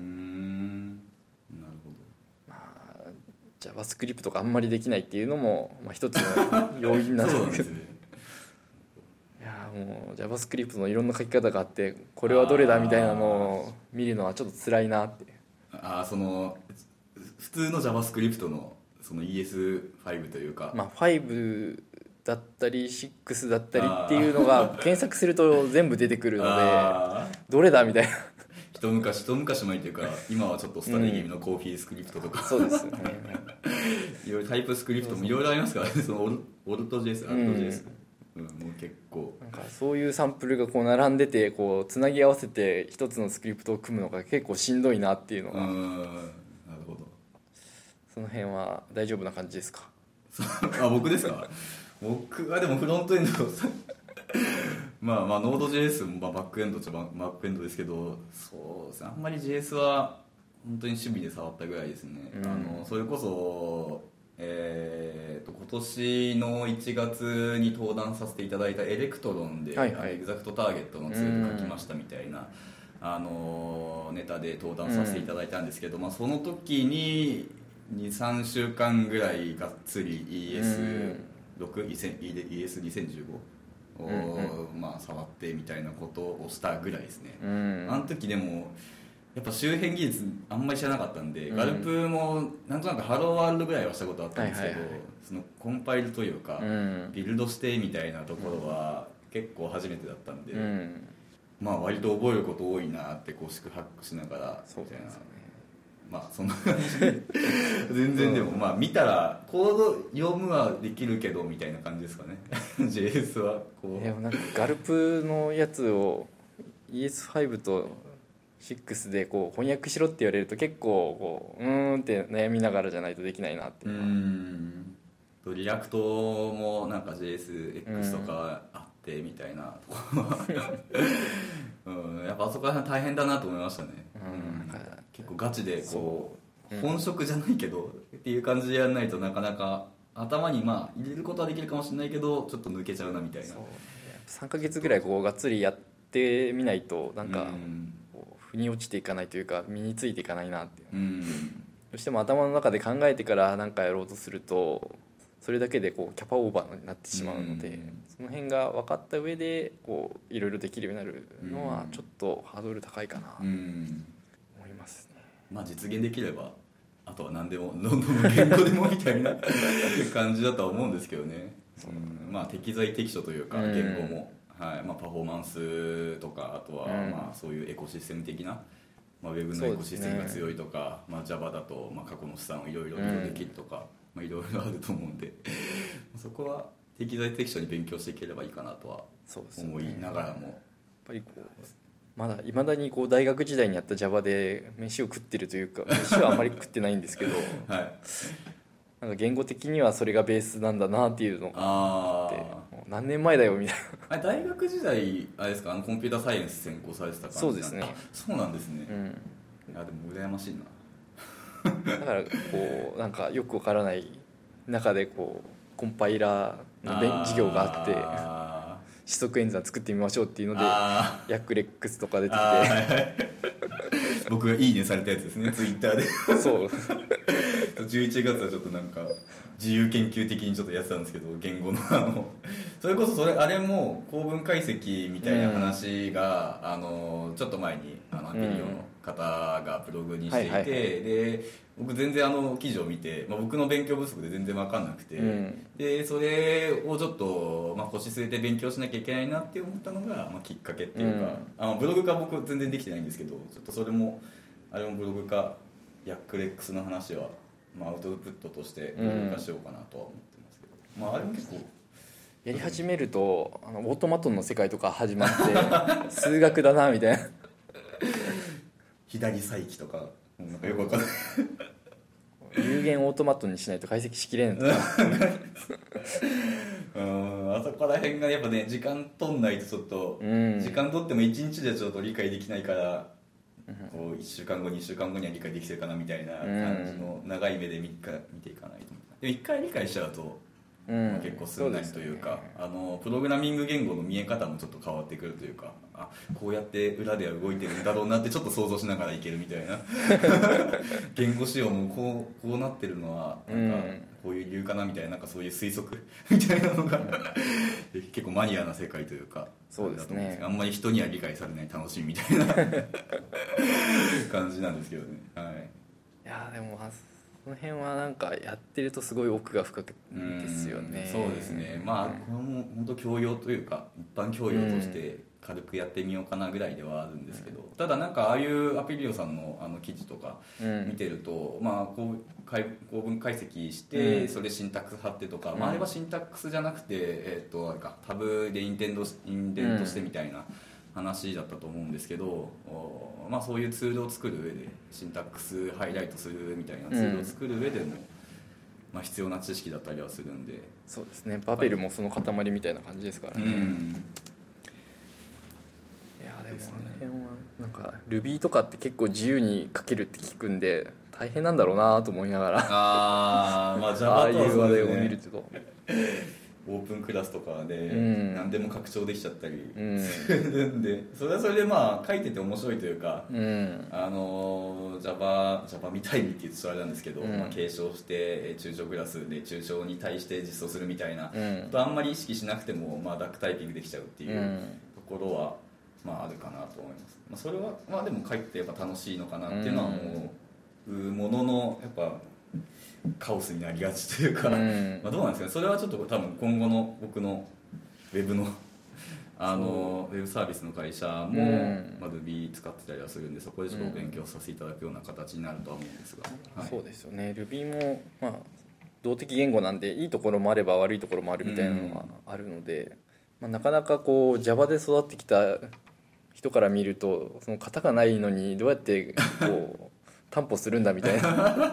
ほど。 まあ JavaScript とかあんまりできないっていうのも、まあ、一つの要因なんですけどいやもう JavaScript のいろんな書き方があって、これはどれだみたいなのを見るのはちょっと辛いなって。 その普通の JavaScript のその ES5 というか、 まあ、5だったり6だったりっていうのが検索すると全部出てくるのでどれだみたいな。 一昔前というか、今はちょっとスタディ気味のコーヒースクリプトとか、 そうですよねいろいろタイプスクリプトもいろいろありますからね。そのオルト JS、アルト JS、もう結構なんかそういうサンプルがこう並んでて、こうつなぎ合わせて一つのスクリプトを組むのが結構しんどいなっていうのが。 なるほど。 その辺は大丈夫な感じですか？ 僕ですか？僕はでもフロントエンドまあノード JS もバックエンドっちゃバックエンドですけど、そうですね、あんまり JS は本当に趣味で触ったぐらいですね、それこそ、今年の1月に登壇させていただいたエレクトロンで、エグザクトターゲットのツール書きましたみたいな、ネタで登壇させていただいたんですけど、その時に 2,3 週間ぐらいがっつり ES2015 を、触ってみたいなことをしたぐらいですね、あの時でもやっぱ周辺技術あんまり知らなかったんで、ガルプもなんとなくハローワールドぐらいはしたことあったんですけど、そのコンパイルというか、ビルドしてみたいなところは結構初めてだったんで、割と覚えること多いなってこう四苦八苦しながらみたいな、そんな感じで全然でも見たらコード読むはできるけどみたいな感じですかねJS はこうでもなんかガルプのやつを ES5 と6でこう翻訳しろって言われると結構こうって悩みながらじゃないとできないなっていうのは。 リアクトもなんか JSX とかあってみたいなところはやっぱあそこら辺大変だなと思いましたね、結構ガチでこう本職じゃないけどっていう感じでやらないとなかなか頭に入れることはできるかもしれないけどちょっと抜けちゃうなみたいな。 3ヶ月ぐらいこうがっつりやってみないとなんか腑に落ちていかないというか身についていかないなっていう、どうしても頭の中で考えてから何かやろうとするとそれだけでこうキャパオーバーになってしまうので、その辺が分かった上でこういろいろできるようになるのはちょっとハードル高いかなと思いますね。 実現できればあとは何でもどんどん言語でもみたいな感じだとは思うんですけどね、適材適所というか言語も、パフォーマンスとかあとはそういうエコシステム的な、ウェブのエコシステムが強いとか、Java だと過去の資産をいろいろ利用できるとか、いろいろあると思うんでそこは適材適所に勉強していければいいかなとは思いながらも、やっぱりこういまだにこう大学時代にやった Java で飯を食ってるというか飯はあまり食ってないんですけど、なんか言語的にはそれがベースなんだなっていうのがあってもう何年前だよみたいな。大学時代あれですか、コンピューターサイエンス専攻されてた感じなんですか？そうですね。そうなんですね、いやでも羨ましいなだからこうなんかよくわからない中でこうコンパイラーの授業があって四則演算作ってみましょうっていうのでヤックレックスとか出てきて僕がいいねされたやつですねツイッターでそう 11月はちょっとなんか自由研究的にちょっとやってたんですけど、言語のそれこそあれも構文解析みたいな話が、ちょっと前にアピリオの方がブログにしていて、で僕全然記事を見て、僕の勉強不足で全然分かんなくて、でそれをちょっと、腰据えて勉強しなきゃいけないなって思ったのが、きっかけっていうか、ブログ化僕全然できてないんですけど、ちょっとそれもあれもブログ化ヤックレックスの話は、アウトプットとしてブログ化しようかなとは思ってますけど、あれも結構やり始めるとオートマトンの世界とか始まって数学だなみたいな左再起とかなんかよくわかんない有限オートマトンにしないと解析しきれんとかあそこら辺がやっぱね時間取んないとちょっと、時間取っても1日でちょっと理解できないから、こう1週間後2週間後には理解できてるかなみたいな感じの長い目で見ていかないと。でも1回理解しちゃうと、結構すんなりというか、プログラミング言語の見え方もちょっと変わってくるというか、こうやって裏では動いてるんだろうなってちょっと想像しながらいけるみたいな言語仕様もこうなってるのはなんかこういう理由かなみたいな、なんかそういう推測みたいなのが結構マニアな世界というか、 そうですね、 あんまり人には理解されない楽しみみたいな感じなんですけどね。 いやでもその辺はなんかやってるとすごい奥が深くですよね。 そうですね。これも本当教養というか一般教養として軽くやってみようかなぐらいではあるんですけど、ただなんかああいうアピリオさんの記事とか見てると、こう構文解析してそれシンタックス貼ってとか、あれはシンタックスじゃなくてあれかタブでインデントしてみたいな話だったと思うんですけど、そういうツールを作る上でシンタックスハイライトするみたいなツールを作る上でも、必要な知識だったりはするんで。 そうですね、バベルもその塊みたいな感じですからね。いやでですね。 でもなんか Ruby とかって結構自由に書けるって聞くんで大変なんだろうなと思いながらまあ Java とああいはう話題をそうですね。 見るとオープンクラスとかでん何でも拡張できちゃったりうんするんで、それはそれでまあ書いてて面白いというか、Java みたいにって言うとあれなんですけど、まあ、継承して抽象クラスで抽象に対して実装するみたいなことあんまり意識しなくても、まあ、ダックタイピングできちゃうっていうところは、まあ、あるかなと思います、まあ、それは、まあ、でも書いてやっぱ楽しいのかなっていうのは思うもののやっぱカオスになりがちというか、まあどうなんですかね、それはちょっと多分今後の僕のウェブのウェブサービスの会社も、まあ、Ruby 使ってたりはするんで、そこでちょっとお勉強させていただくような形になるとは思うんですが、はい、 そうですよね。 Ruby も、まあ、動的言語なんでいいところもあれば悪いところもあるみたいなのがあるので、まあ、なかなかこう Java で育ってきた人から見るとその型がないのにどうやってこう担保するんだみたいな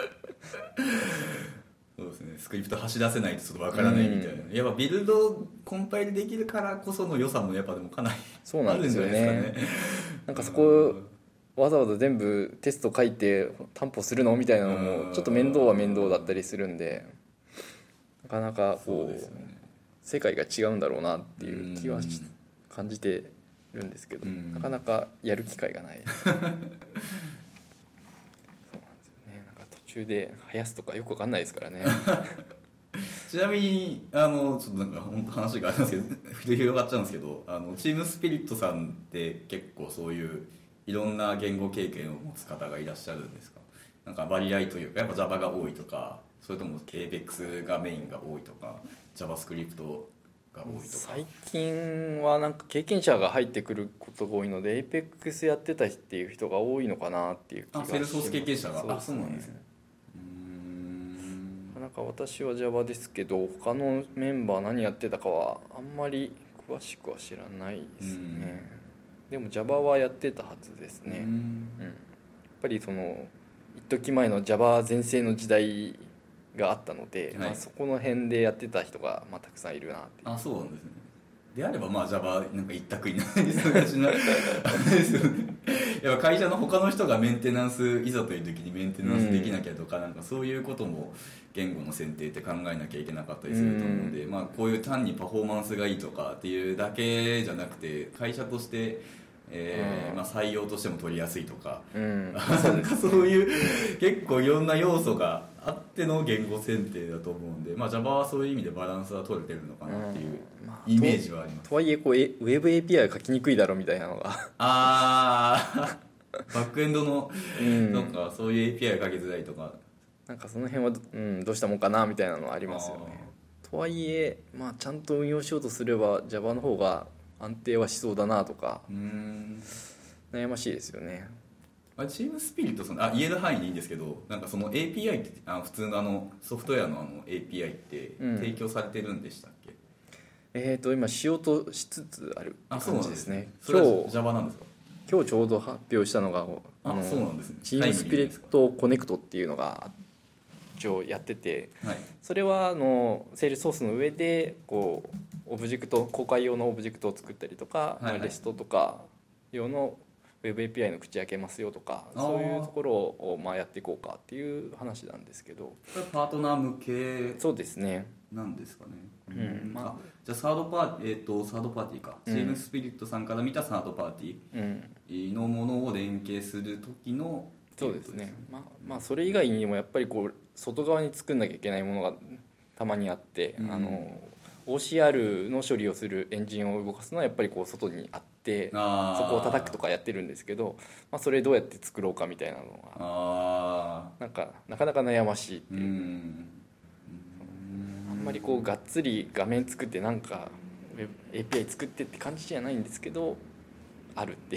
そうですね、スクリプト走らせないとちょっとわからないみたいな、やっぱビルドコンパイルできるからこその良さもやっぱでもかなりそうなんですよね。 あるんじゃないですかね。 なんかそこわざわざ全部テスト書いて担保するのみたいなのもちょっと面倒は面倒だったりするんで、なかなかこう世界が違うんだろうなっていう気は感じてるんですけど、なかなかやる機会がないそうなんですよね。なんか途中で生やすとかよくわかんないですからねちなみにちょっとなんか本当話がありますけど広がっちゃうんですけど、チームスピリットさんって結構そういういろんな言語経験を持つ方がいらっしゃるんですか？なんか割合というかやっぱ Java が多いとか、それとも APEX がメインが多いとか JavaScript が多いとか。 最近はなんか経験者が入ってくることが多いので APEX やってたっていう人が多いのかなっていう気がします。 セールスフォース経験者が。 そうですね。 そうなんですね。 なんか私は Java ですけど他のメンバー何やってたかはあんまり詳しくは知らないですね。でも Java はやってたはずですね。やっぱりその一時前の Java 全盛の時代があったので、まあ、そこの辺でやってた人がまあたくさんいるなっていう。 そうなんですね。であればまあ Java なんか一択になりそうなですよね。やっぱ会社の他の人がメンテナンスいざという時にメンテナンスできなきゃとか、なんかそういうことも言語の選定って考えなきゃいけなかったりすると思うので、まあ、こういう単にパフォーマンスがいいとかっていうだけじゃなくて会社としてまあ、採用としても取りやすいとか、なんかそういう結構いろんな要素があっての言語選定だと思うんで、まあ、Java はそういう意味でバランスは取れてるのかなっていうイメージはあります。 とはいえこうウェブ API 書きにくいだろみたいなのがバックエンドのなんかそういう API 書きづらいとか、 なんかその辺は、どうしたもんかなみたいなのはありますよね。とはいえ、まあ、ちゃんと運用しようとすれば Java の方が安定はしそうだなとか悩ましいですよね。 チームスピリット言える範囲でいいんですけど、なんかその API って普通のソフトウェアのAPI って提供されてるんでしたっけ？ 今しようとしつつある感じですね。 それは Java なんですか？ 今日ちょうど発表したのがそうなんですね。 チームスピリットコネクトっていうのが一応やってて、それはセールスソースの上でこうオブジェクト公開用のオブジェクトを作ったりとか、レストとか用のウェブ API の口開けますよとか、そういうところをまあやっていこうかっていう話なんですけど、 これパートナー向けそうですねなんですかね。じゃあサードパーティーか、チームスピリットさんから見たサードパーティーのものを連携する時の、 そうですね。まあそれ以外にもやっぱりこう外側に作んなきゃいけないものがたまにあって、OCR の処理をするエンジンを動かすのはやっぱりこう外にあってそこを叩くとかやってるんですけど、まあ、それどうやって作ろうかみたいなのがなかなか悩ましいっていう、あんまりこうがっつり画面作ってなんか API 作ってって感じじゃないんですけどあるっていう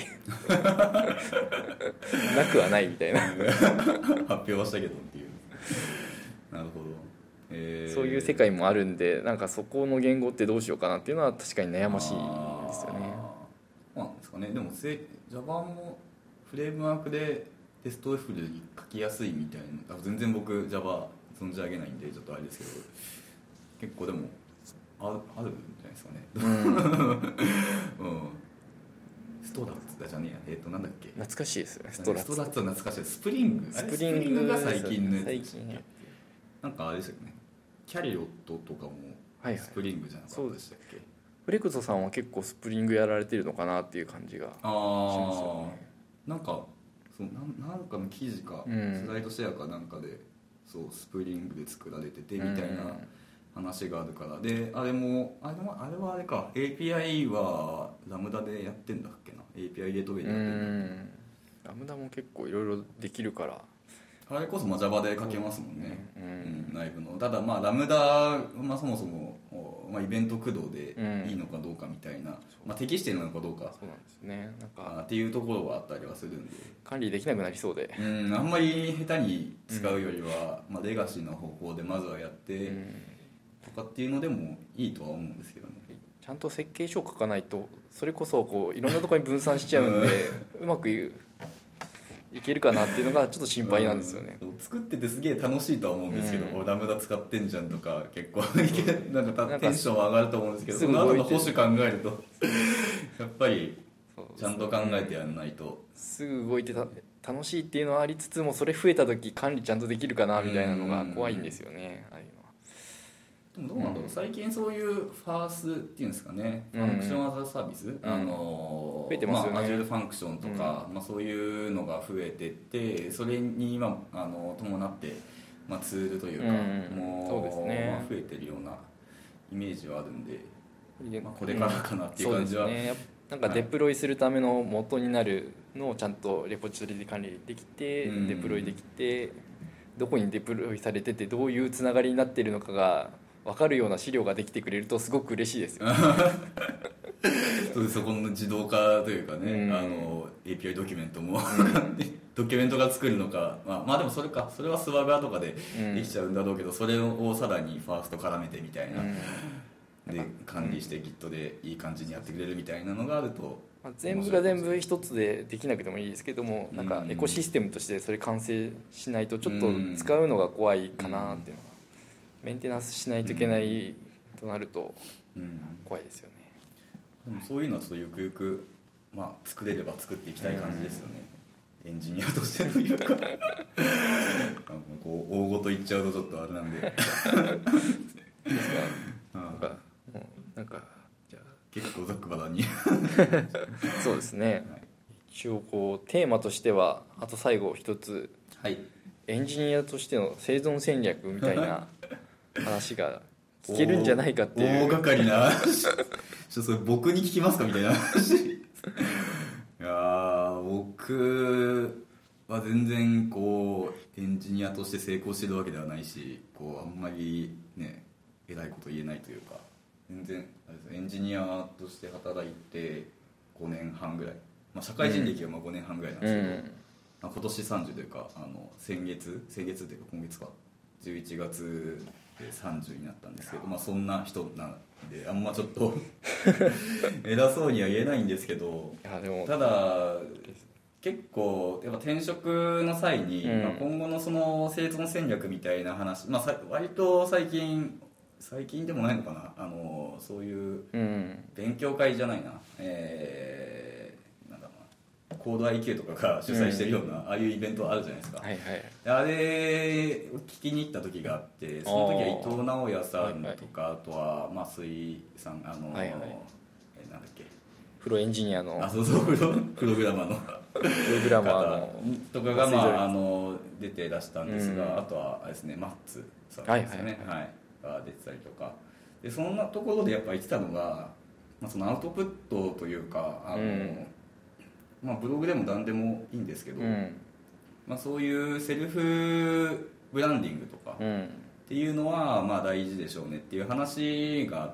なくはないみたいな発表はしたけどっていうなるほど。 そういう世界もあるんで、なんかそこの言語ってどうしようかなっていうのは確かに悩ましいですよね。 そうなんですかね。でもJava もフレームワークでテスト F で書きやすいみたいな、全然僕 Java 存じ上げないんでちょっとあれですけど、結構でもあるんじゃないですかね。 ストラッツじゃねえや、なんだっけ、 懐かしいですよね、 ストラッツは懐かしい。スプリングが最近のやつでしたっけ。なんかあれですよね、キャリオットとかもスプリングじゃなかったでしたっけ。 フレクトさんは結構スプリングやられてるのかなっていう感じがしますよね。 なんかなんかの記事か、スライドシェアかなんかでそうスプリングで作られててみたいな話があるから。であれはあれか、 API はラムダでやってんだっけな、 API ゲートウェイでやってんだっけ。 ラムダも結構いろいろできるから、 あれこそJava で書けますもんね、内部の。ただラムダ、そもそも、イベント駆動でいいのかどうかみたいな、適してるのかどうか、 そうなんですね、なんかっていうところはあったりはするんで、 管理できなくなりそうで、 あんまり下手に使うよりは、レガシーの方法でまずはやって、とかっていうのでもいいとは思うんですけどね。 ちゃんと設計書を書かないと、それこそいろんなところに分散しちゃうんで、うまくいけるかなっていうのがちょっと心配なんですよね。 作っててすげえ楽しいとは思うんですけど、ラムダ使ってんじゃんとか結構なんかテンション上がると思うんですけど、その後の保守考えるとやっぱりちゃんと考えてやらないと、 すぐ動いて楽しいっていうのはありつつも、それ増えた時管理ちゃんとできるかなみたいなのが怖いんですよね、ああいうのは。 でもどうなんだろう、最近そういうファースっていうんですかね、ファンクションアザーサービス、 増えてますよね。 Azure ファンクションとか、そういうのが増えてって、それに伴って、ツールというか、 そうですね、 増えてるようなイメージはあるんで、これからかなっていう感じは、 そうですね。なんかデプロイするための元になるのをちゃんとレポジトリで管理できて、デプロイできて、どこにデプロイされててどういうつながりになっているのかが分かるような資料ができてくれるとすごく嬉しいですよそこの自動化というかね、API ドキュメントもドキュメントが作るのか、でもそれはスワガーとかでできちゃうんだろうけど、それをさらにファースト絡めてみたいな、で管理して Git でいい感じにやってくれるみたいなのがあると、 全部が全部一つでできなくてもいいですけども、なんかエコシステムとしてそれ完成しないとちょっと使うのが怖いかなっていうのが、メンテナンスしないといけないとなると怖いですよね。 でもそういうのはちょっとゆくゆく、作れれば作っていきたい感じですよね、エンジニアとしてというかこう大ごと言っちゃうとちょっとあれなんでいいですか、なんかじゃあ結構ざっくばらんにそうですね、一応テーマとしてはあと最後一つ、エンジニアとしての生存戦略みたいな話が聞けるんじゃないかっていう大掛かりなそれ僕に聞きますかみたいな話いや僕は全然エンジニアとして成功してるわけではないし、あんまりね偉いこと言えないというか、全然エンジニアとして働いて5年半ぐらい、社会人歴は5年半ぐらいなんですけど、今年30というか先月というか今月か11月で30になったんですけど、そんな人なんであんまちょっと偉そうには言えないんですけど、ただ結構やっぱ転職の際に、今後のその生存戦略みたいな話、割と最近でもないのかな、そういう勉強会じゃないな、なんだろうな、コード IQ とかが主催してるような、ああいうイベントあるじゃないですか、あれを聞きに行った時があって、その時は伊藤直哉さんとか、あとは増井さん、なんだっけ、 プロエンジニアのプログラマーの方とかが、出てらしたんですが、あとはあれですね、マッツさんですよね、が出てたりとかで、そんなところでやっぱ言ってたのが、そのアウトプットというか、ブログでも何でもいいんですけど、そういうセルフブランディングとかっていうのは大事でしょうねっていう話があって、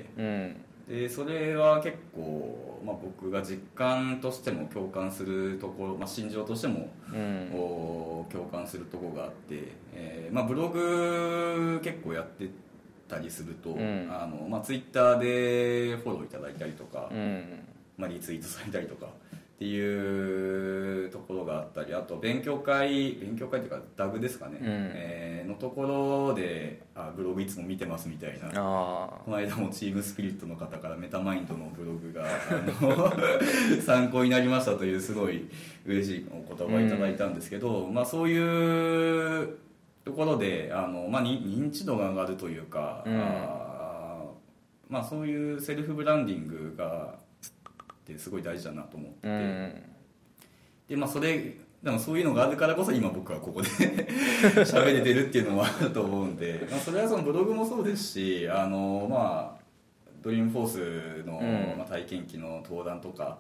でそれは結構、僕が実感としても共感するところ、心情としても、共感するところがあって、ブログ結構やってたりすると、ツイッターでフォローいただいたりとか、リツイートされたりとかっていうところがあったり、あと勉強会っていうかダグですかね、のところでブログいつも見てますみたいな、 あこの間もチームスピリットの方からメタマインドのブログが参考になりましたというすごい嬉しいお言葉いただいたんですけど、まあ、そういうところでまあ、認知度が上がるというか、まあ、そういうセルフブランディングがってすごい大事だなと思ってて、で、まあ、でもそういうのがあるからこそ今僕はここで喋れてるっていうのもあると思うんで、まあ、それはそのブログもそうですしまあドリームフォースの、まあ、体験記の登壇とか、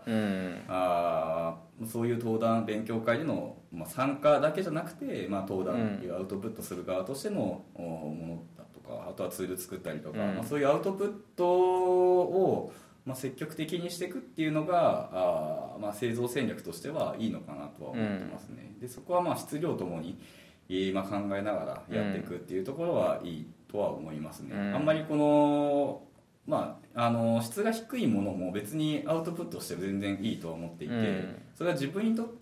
そういう登壇勉強会での、まあ、参加だけじゃなくて、まあ、登壇っていうアウトプットする側としてのものだとか、あとはツール作ったりとか、まあ、そういうアウトプットをまあ、積極的にしていくっていうのがまあ、製造戦略としてはいいのかなとは思ってますね、でそこはまあ質量ともに、まあ、考えながらやっていくっていうところはいいとは思いますね、あんまりこの、まあ、質が低いものも別にアウトプットして全然いいとは思っていて、それは自分にとって、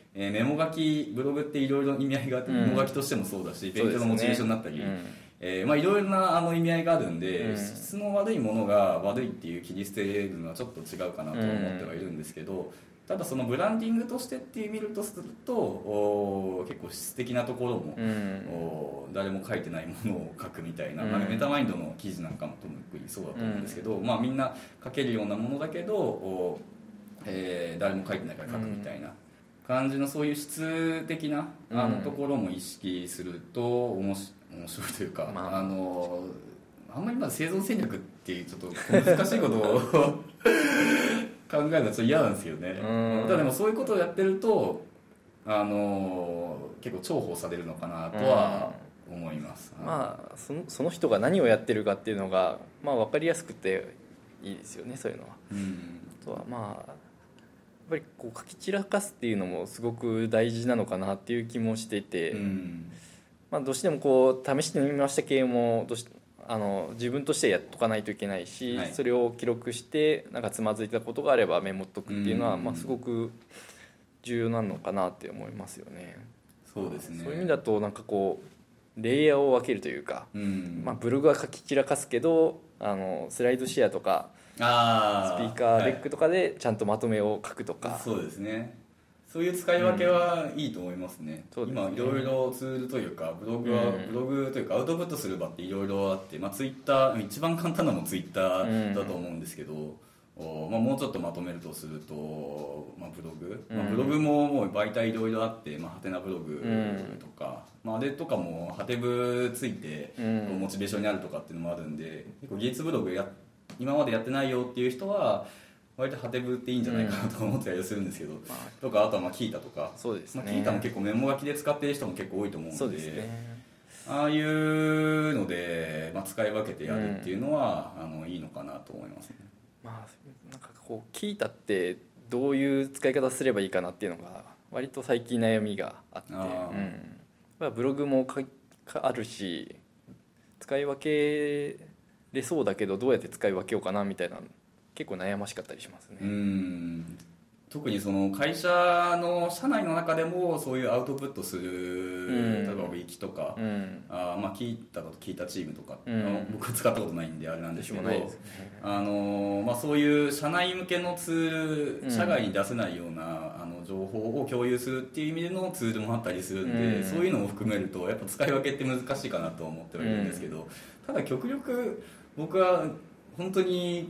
メモ書きブログっていろいろ意味合いがあって、メモ書きとしてもそうだし勉強のモチベーションになったり、まあ、いろいろな意味合いがあるんで、質の悪いものが悪いっていう切り捨てるのはちょっと違うかなと思ってはいるんですけど、ただそのブランディングとしてっていう見るとすると結構質的なところも、誰も書いてないものを書くみたいな、まあ、メタマインドの記事なんかも特にそうだと思うんですけど、まあ、みんな書けるようなものだけど、誰も書いてないから書くみたいな感じの、そういう質的なところも意識すると面白いというか、あんまりまだ生存戦略っていうちょっと難しいことを考えるのはちょっと嫌なんですよね。ただでもそういうことをやってると結構重宝されるのかなとは思います。 まあその人が何をやってるかっていうのが、まあ、分かりやすくていいですよね、そういうのは。あとはまあやっぱりこう書き散らかすっていうのもすごく大事なのかなっていう気もしていて、まあ、どうしてもこう試してみました系も自分としてやっとかないといけないし、それを記録してなんかつまずいたことがあればメモっとくっていうのは、まあ、すごく重要なのかなって思いますよね。 そうですね。 そういう意味だとなんかこうレイヤーを分けるというか、まあ、ブログは書き散らかすけどスライドシェアとかスピーカーデックとかでちゃんとまとめを書くとか、 そうですね。そういう使い分けはいいと思いますね。今いろいろツールというかブログというかアウトプットする場っていろいろあって、まあ、ツイッター一番簡単なのもツイッターだと思うんですけど、まあ、もうちょっとまとめるとすると、まあ、ブログももう媒体いろいろあって、まあ、ハテナブログとか、まあ、あれとかもハテブついてモチベーションになるとかっていうのもあるんで、結構技術ブログ今までやってないよっていう人は割とハテブっていいんじゃないかなと思ってたりするんですけど、とかあとはまあキータとか、 そうですね、 まあ、キータも結構メモ書きで使ってる人も結構多いと思うんで、 そうですね、 ああいうので、まあ、使い分けてやるっていうのは、いいのかなと思いますね。 まあ、なんかこうキータってどういう使い方すればいいかなっていうのが割と最近悩みがあって、まあ、ブログもあるし使い分けれそうだけどどうやって使い分けようかなみたいな結構悩ましかったりしますね。 特にその会社の社内の中でもそういうアウトプットする、例えばウィキとか、まあ、聞いたチームとか、僕は使ったことないんであれなんですけど、まあ、そういう社内向けのツール、社外に出せないような情報を共有するっていう意味でのツールもあったりするんで、そういうのも含めるとやっぱ使い分けって難しいかなと思ってはいるんですけど、ただ極力僕は本当に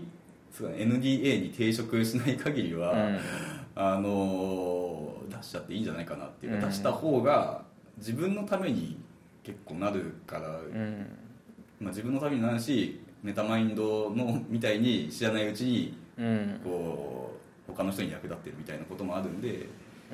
NDA に抵触しない限りは、出しちゃっていいんじゃないかなっていうか、出した方が自分のために結構なるから、まあ、自分のためになるしメタマインドのみたいに知らないうちにこう他の人に役立ってるみたいなこともあるんで、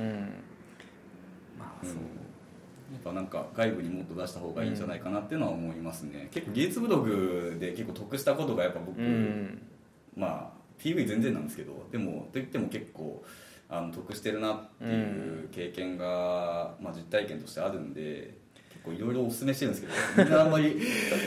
まあそう、 やっぱなんか外部にもっと出した方がいいんじゃないかなっていうのは思いますね。結構技術ブログで結構得したことがやっぱ僕、まあ PV 全然なんですけど、でもといっても結構得してるなっていう経験が、まあ、実体験としてあるんで結構いろいろお勧めしてるんですけど、みんなあんまり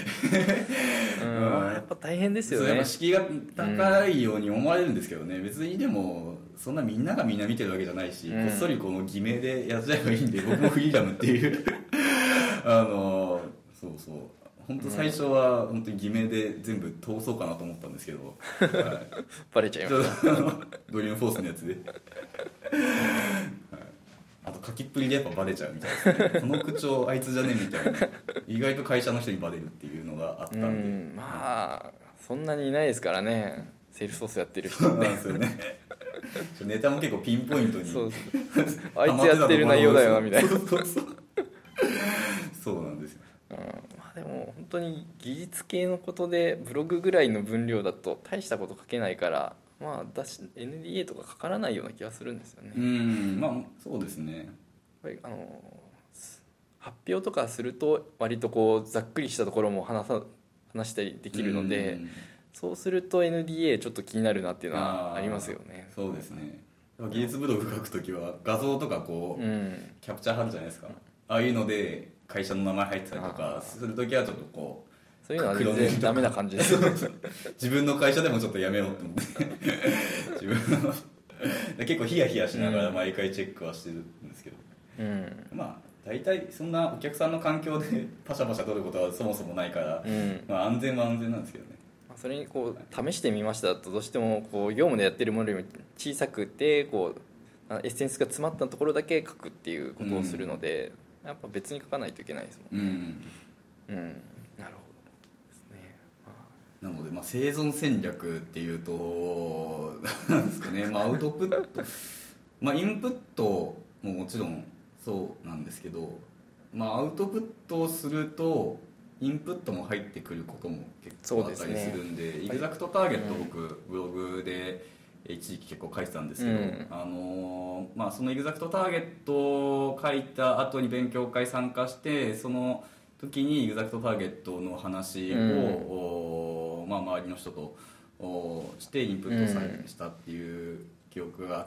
やっぱ大変ですよね。 やっぱ敷居が高いように思われるんですけどね、別にでもそんなみんながみんな見てるわけじゃないし、こっそりこの偽名でやっちゃえばいいんで僕もフリーダムっていうそうそう本当最初は本当に偽名で全部通そうかなと思ったんですけど、はい、 バレちゃいました。 ドリームフォースのやつで、はい、あと書きっぷりでやっぱバレちゃうみたいですね。この口調あいつじゃねえみたいな、意外と会社の人にバレるっていうのがあったんで、 まあそんなにいないですからね、セールスフォースやってる人そうなんですよね。ネタも結構ピンポイントにそうあいつやってる内容だよなみたいな。 そうなんですよ。 まあでも本当に技術系のことでブログぐらいの分量だと大したこと書けないから、まあNDA とかかからないような気がするんですよね。 まあそうですね。 やっぱり発表とかすると割とこうざっくりしたところも話したりできるので、そうすると NDA ちょっと気になるなっていうのはありますよね。 そうですね。技術ブログ書くときは画像とかこう、キャプチャー貼るじゃないですか。ああいうので会社の名前入ってたりとかするときはちょっとこう、 そういうのは全然ダメな感じです自分の会社でもちょっとやめようと思って自分の結構ヒヤヒヤしながら毎回チェックはしてるんですけど、まあ大体そんなお客さんの環境でパシャパシャ取ることはそもそもないから、まあ、安全は安全なんですけどね。 それにこう試してみましたとどうしてもこう業務でやってるものよりも小さくてこうエッセンスが詰まったところだけ書くっていうことをするので、やっぱ別に書かないといけないですもんね。なるほどですね。 なので、まあ、生存戦略っていうとなんですかね、まあ、アウトプットまあインプットももちろんそうなんですけど、まあ、アウトプットをするとインプットも入ってくることも結構あったりするんで、エグザクトターゲット僕ブログで一時期結構書いてたんですけど、まあ、そのエグザクトターゲットを書いた後に勉強会参加して、その時にエグザクトターゲットの話を、まあ、周りの人としてインプットしたっていう記憶があって、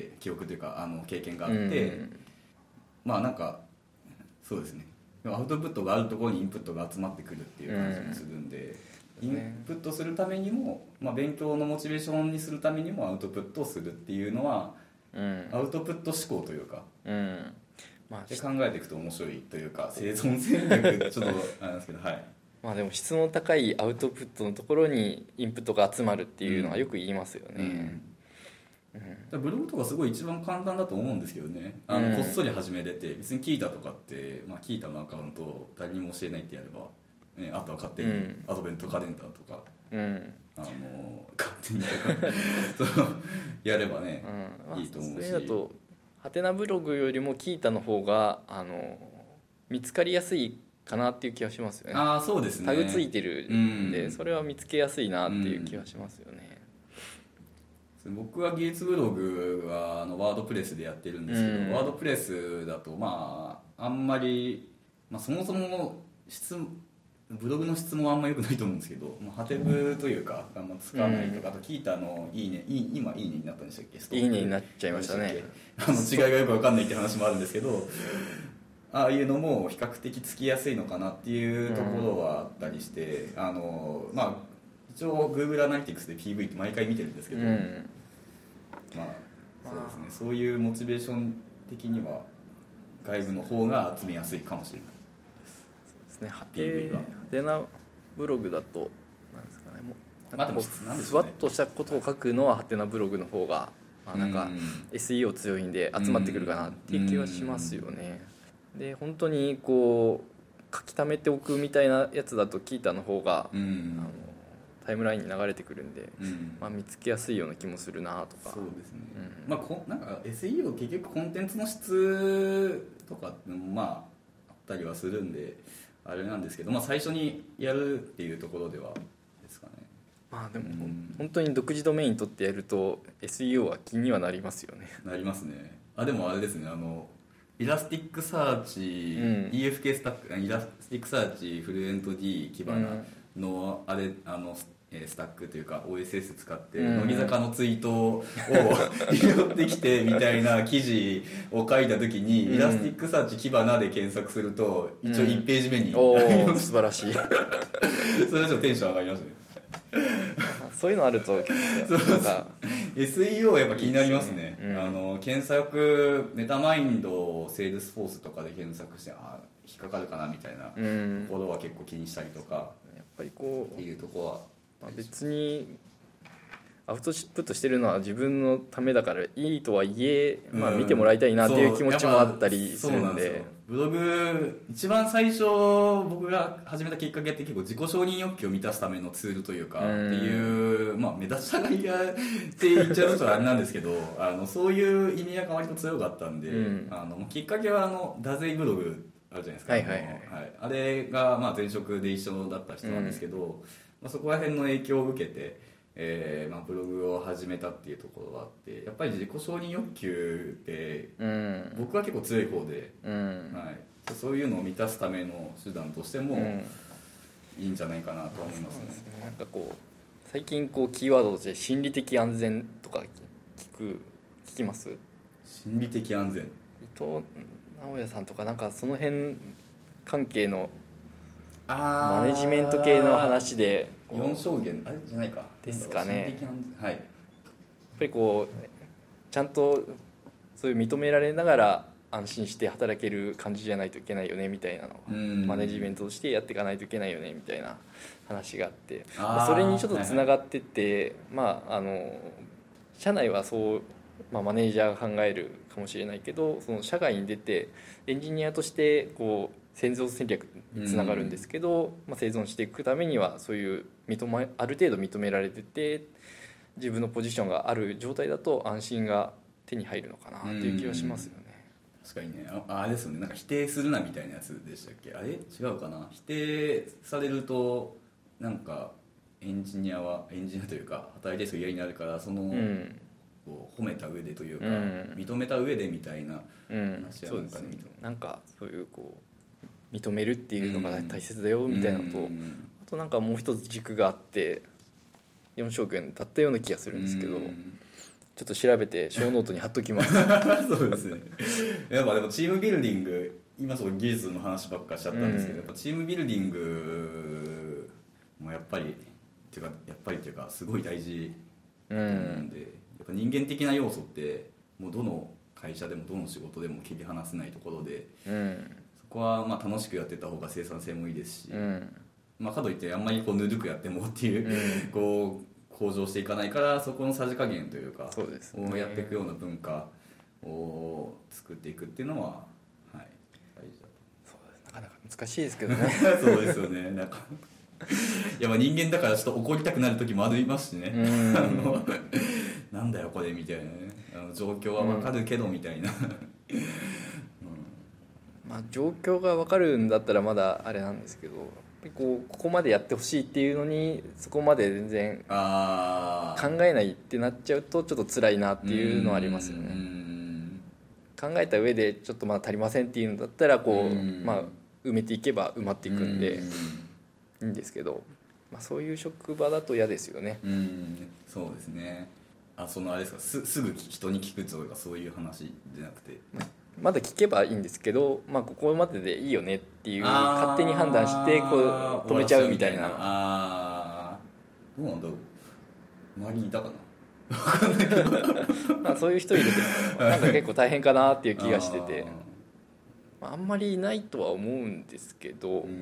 記憶というか経験があって、まあなんかそうですね、アウトプットがあるところにインプットが集まってくるっていう感じがするんで、インプットするためにも、まあ、勉強のモチベーションにするためにもアウトプットをするっていうのは、アウトプット思考というか、まあ、で考えていくと面白いというか、生存戦略ちょっとあれなんですけど、はい、 まあでも質の高いアウトプットのところにインプットが集まるっていうのはよく言いますよね。 ブログとかすごい一番簡単だと思うんですけどね、こっそり始めれて、別にキータとかって、まあ、キータのアカウントを誰にも教えないってやれば、ね、あとは勝手にアドベントカレンダーとか、勝手にそうやればね、いいと思うし、 それだとハテナブログよりもキータの方が見つかりやすいかなっていう気がしますよね。 そうですね、 タグついてるんで、それは見つけやすいなっていう気がしますよね。 僕は技術ブログはワードプレスでやってるんですけど、ワードプレスだとまああんまり、まあ、そもそもブログの質もあんま良くないと思うんですけど、ハテブというかあんま使わないとか、あとキータのいいね、今いいねになったんでしたっけ、 いいねになっちゃいましたね。 違いがよく分かんないって話もあるんですけど、ああいうのも比較的つきやすいのかなっていうところはあったりして、まあ一応 Google アナリティクスで PV って毎回見てるんですけど、まあそうですね、そういうモチベーション的には外部の方が集めやすいかもしれないですね。ハテナブログだとなんですかね、もうなんかこうふわっとしたことを書くのはハテナブログの方が、まあ、なんか SEO 強いんで集まってくるかなっていう気はしますよね。で本当にこう書き溜めておくみたいなやつだとキータの方が、タイムラインに流れてくるんで、まあ、見つけやすいような気もするなとか。 そうですね、まあ、なんか SEO 結局コンテンツの質とかってもまああったりはするんであれなんですけど、まあ、最初にやるっていうところではですかね。 まあでも、本当に独自ドメイン取ってやると SEO は気にはなりますよね。 なりますね。でもあれですね、イラスティックサーチ、EFK スタック、イラスティックサーチフルエント D キバナのあれスタックというか OSS 使って乃木坂のツイートを拾ってきてみたいな記事を書いた時に、イラスティックサーチキバナで検索すると一応1ページ目に、 素晴らしいそれはちょっとテンション上がりますね。 そういうのあるとなんか SEO はやっぱ気になりますね。検索ネタマインドセールスフォースとかで検索して引っかかるかなみたいなところは結構気にしたりとか、 やっぱりこうっていうところは、 まあ、別にアウトプットしてるのは自分のためだからいいとはいえ、まあ、見てもらいたいなっていう気持ちもあったりするんで、 ブログ一番最初僕が始めたきっかけって結構自己承認欲求を満たすためのツールというかっていう、まあ、目立ちたがり屋って言っちゃうとあれなんですけどそういう意味合いが割と強かったんで、きっかけはダゼイブログあるじゃないですか、あれがまあ前職で一緒だった人なんですけど、まあ、そこら辺の影響を受けてまあ、ブログを始めたっていうところがあって、やっぱり自己承認欲求って、僕は結構強い方で、はい、そういうのを満たすための手段としてもいいんじゃないかなと思いますね。 なんかこう最近こうキーワードとして心理的安全とか聞きます？ 心理的安全、伊藤直哉さんとかなんかその辺関係のマネジメント系の話で 4証言あれじゃないかですかね。 はい、やっぱりこうちゃんとそういう認められながら安心して働ける感じじゃないといけないよねみたいなのはマネジメントとしてやっていかないといけないよねみたいな話があって、それにちょっとつながってて、まあ社内はそう、まあ、マネージャーが考えるかもしれないけど、その社外に出てエンジニアとしてこう生存戦略につながるんですけど、まあ、生存していくためにはそういうある程度認められてて自分のポジションがある状態だと安心が手に入るのかなっていう気はしますよね。 確かにね、あれですよね、なんか否定するなみたいなやつでしたっけ、あれ違うかな、否定されるとなんかエンジニアというか働いてる人嫌になるから、その、こう褒めた上でというか、認めた上でみたいな話はなんかね、 なんかそういうこう認めるっていうのが大切だよみたいなのと、あとなんかもう一つ軸があって4証言だったような気がするんですけど、ちょっと調べて小ノートに貼っときますそうですね。やっぱでもチームビルディング、今その技術の話ばっかしちゃったんですけど、やっぱチームビルディングもやっぱりっていうかすごい大事と思うんで、やっぱ人間的な要素ってもうどの会社でもどの仕事でも切り離せないところで、そこはまあ楽しくやってた方が生産性もいいですし、まあ、かといってあんまりこうぬるくやってもっていう、こう向上していかないから、そこのさじ加減というかそうですね、 をやっていくような文化を作っていくっていうのは、はい、大事だと。 そうです、なかなか難しいですけどねそうですよね、なんかいやまあ人間だからちょっと怒りたくなる時もありますしねなんだよこれみたいなね、状況は分かるけどみたいなまあ状況が分かるんだったらまだあれなんですけど、ここまでやってほしいっていうのにそこまで全然考えないってなっちゃうとちょっと辛いなっていうのはありますよね。考えた上でちょっとまだ足りませんっていうのだったらこう、まあ、埋めていけば埋まっていくんでいいんですけど、まあ、そういう職場だと嫌ですよね。 そうですね。そのあれですか、すぐ人に聞くとかそういう話じゃなくて、 まだ聞けばいいんですけど、まあ、ここまででいいよねっていう勝手に判断してこう止めちゃうみたいな。 どうなんだろう、周りにいたかな分かんないけどまあそういう人いるとなんか結構大変かなっていう気がしてて、あんまりいないとは思うんですけど、確か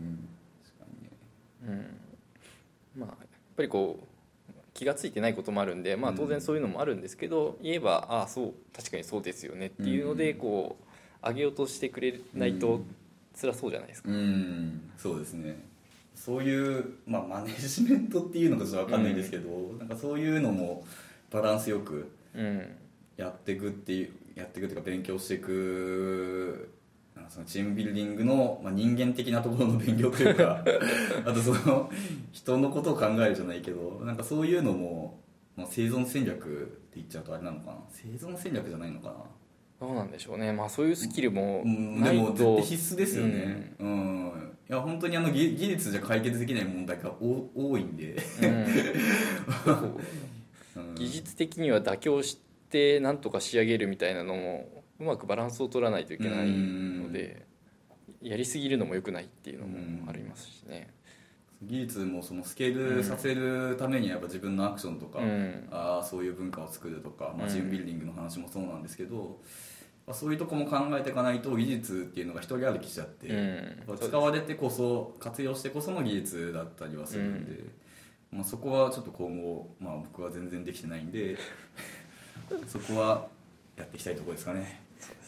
にね、まあやっぱりこう気が付いてないこともあるんで、まあ、当然そういうのもあるんですけど、言えばそう確かにそうですよねっていうのでこう上げようとしてくれないと辛そうじゃないですか。 そうですね。そういう、まあ、マネジメントっていうのかちょっと分かんないんですけど、なんかそういうのもバランスよくやっていくっていうか勉強していく、そのチームビルディングの、まあ、人間的なところの勉強というかあとその人のことを考えるじゃないけど、なんかそういうのも、まあ、生存戦略って言っちゃうとあれなのかな、生存戦略じゃないのかな、 どうなんでしょうね。まあそういうスキルもないと、 でも絶対必須ですよね。いや本当に技術じゃ解決できない問題が多いんで技術的には妥協してなんとか仕上げるみたいなのもうまくバランスを取らないといけないので、やりすぎるのも良くないっていうのもありますしね。 技術もそのスケールさせるためにはやっぱ自分のアクションとか、そういう文化を作るとか、まあ、チームビルディングの話もそうなんですけど、 そういうとこも考えていかないと技術っていうのが一人歩きしちゃって、使われてこそ活用してこその技術だったりはするんで、そこはちょっと今後、僕は全然できてないんでそこはやっていきたいところですかね。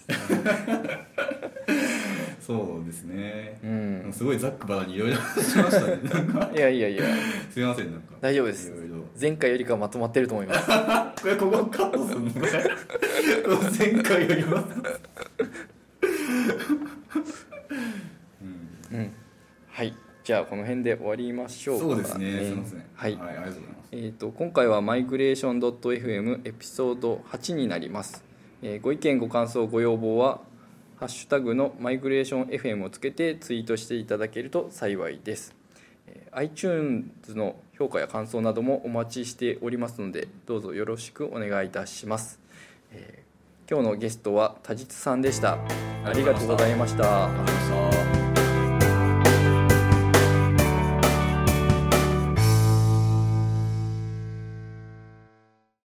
そうですね、すごいざっくばらんにいろいろ話しましたね。なんかいやいやいや、 すいません、なんか大丈夫です。前回よりかはまとまってると思います。 ここカットするのこれ前回よりははい、じゃあこの辺で終わりましょうか。 そうですね、すいません。 はい、 ありがとうございます。 今回はマイグレーション .fm エピソード8になります。ご意見ご感想ご要望はハッシュタグのマイグレーション FM をつけてツイートしていただけると幸いです。iTunes の評価や感想などもお待ちしておりますので、どうぞよろしくお願いいたします。今日のゲストは田実さんでした。ありがとうございました。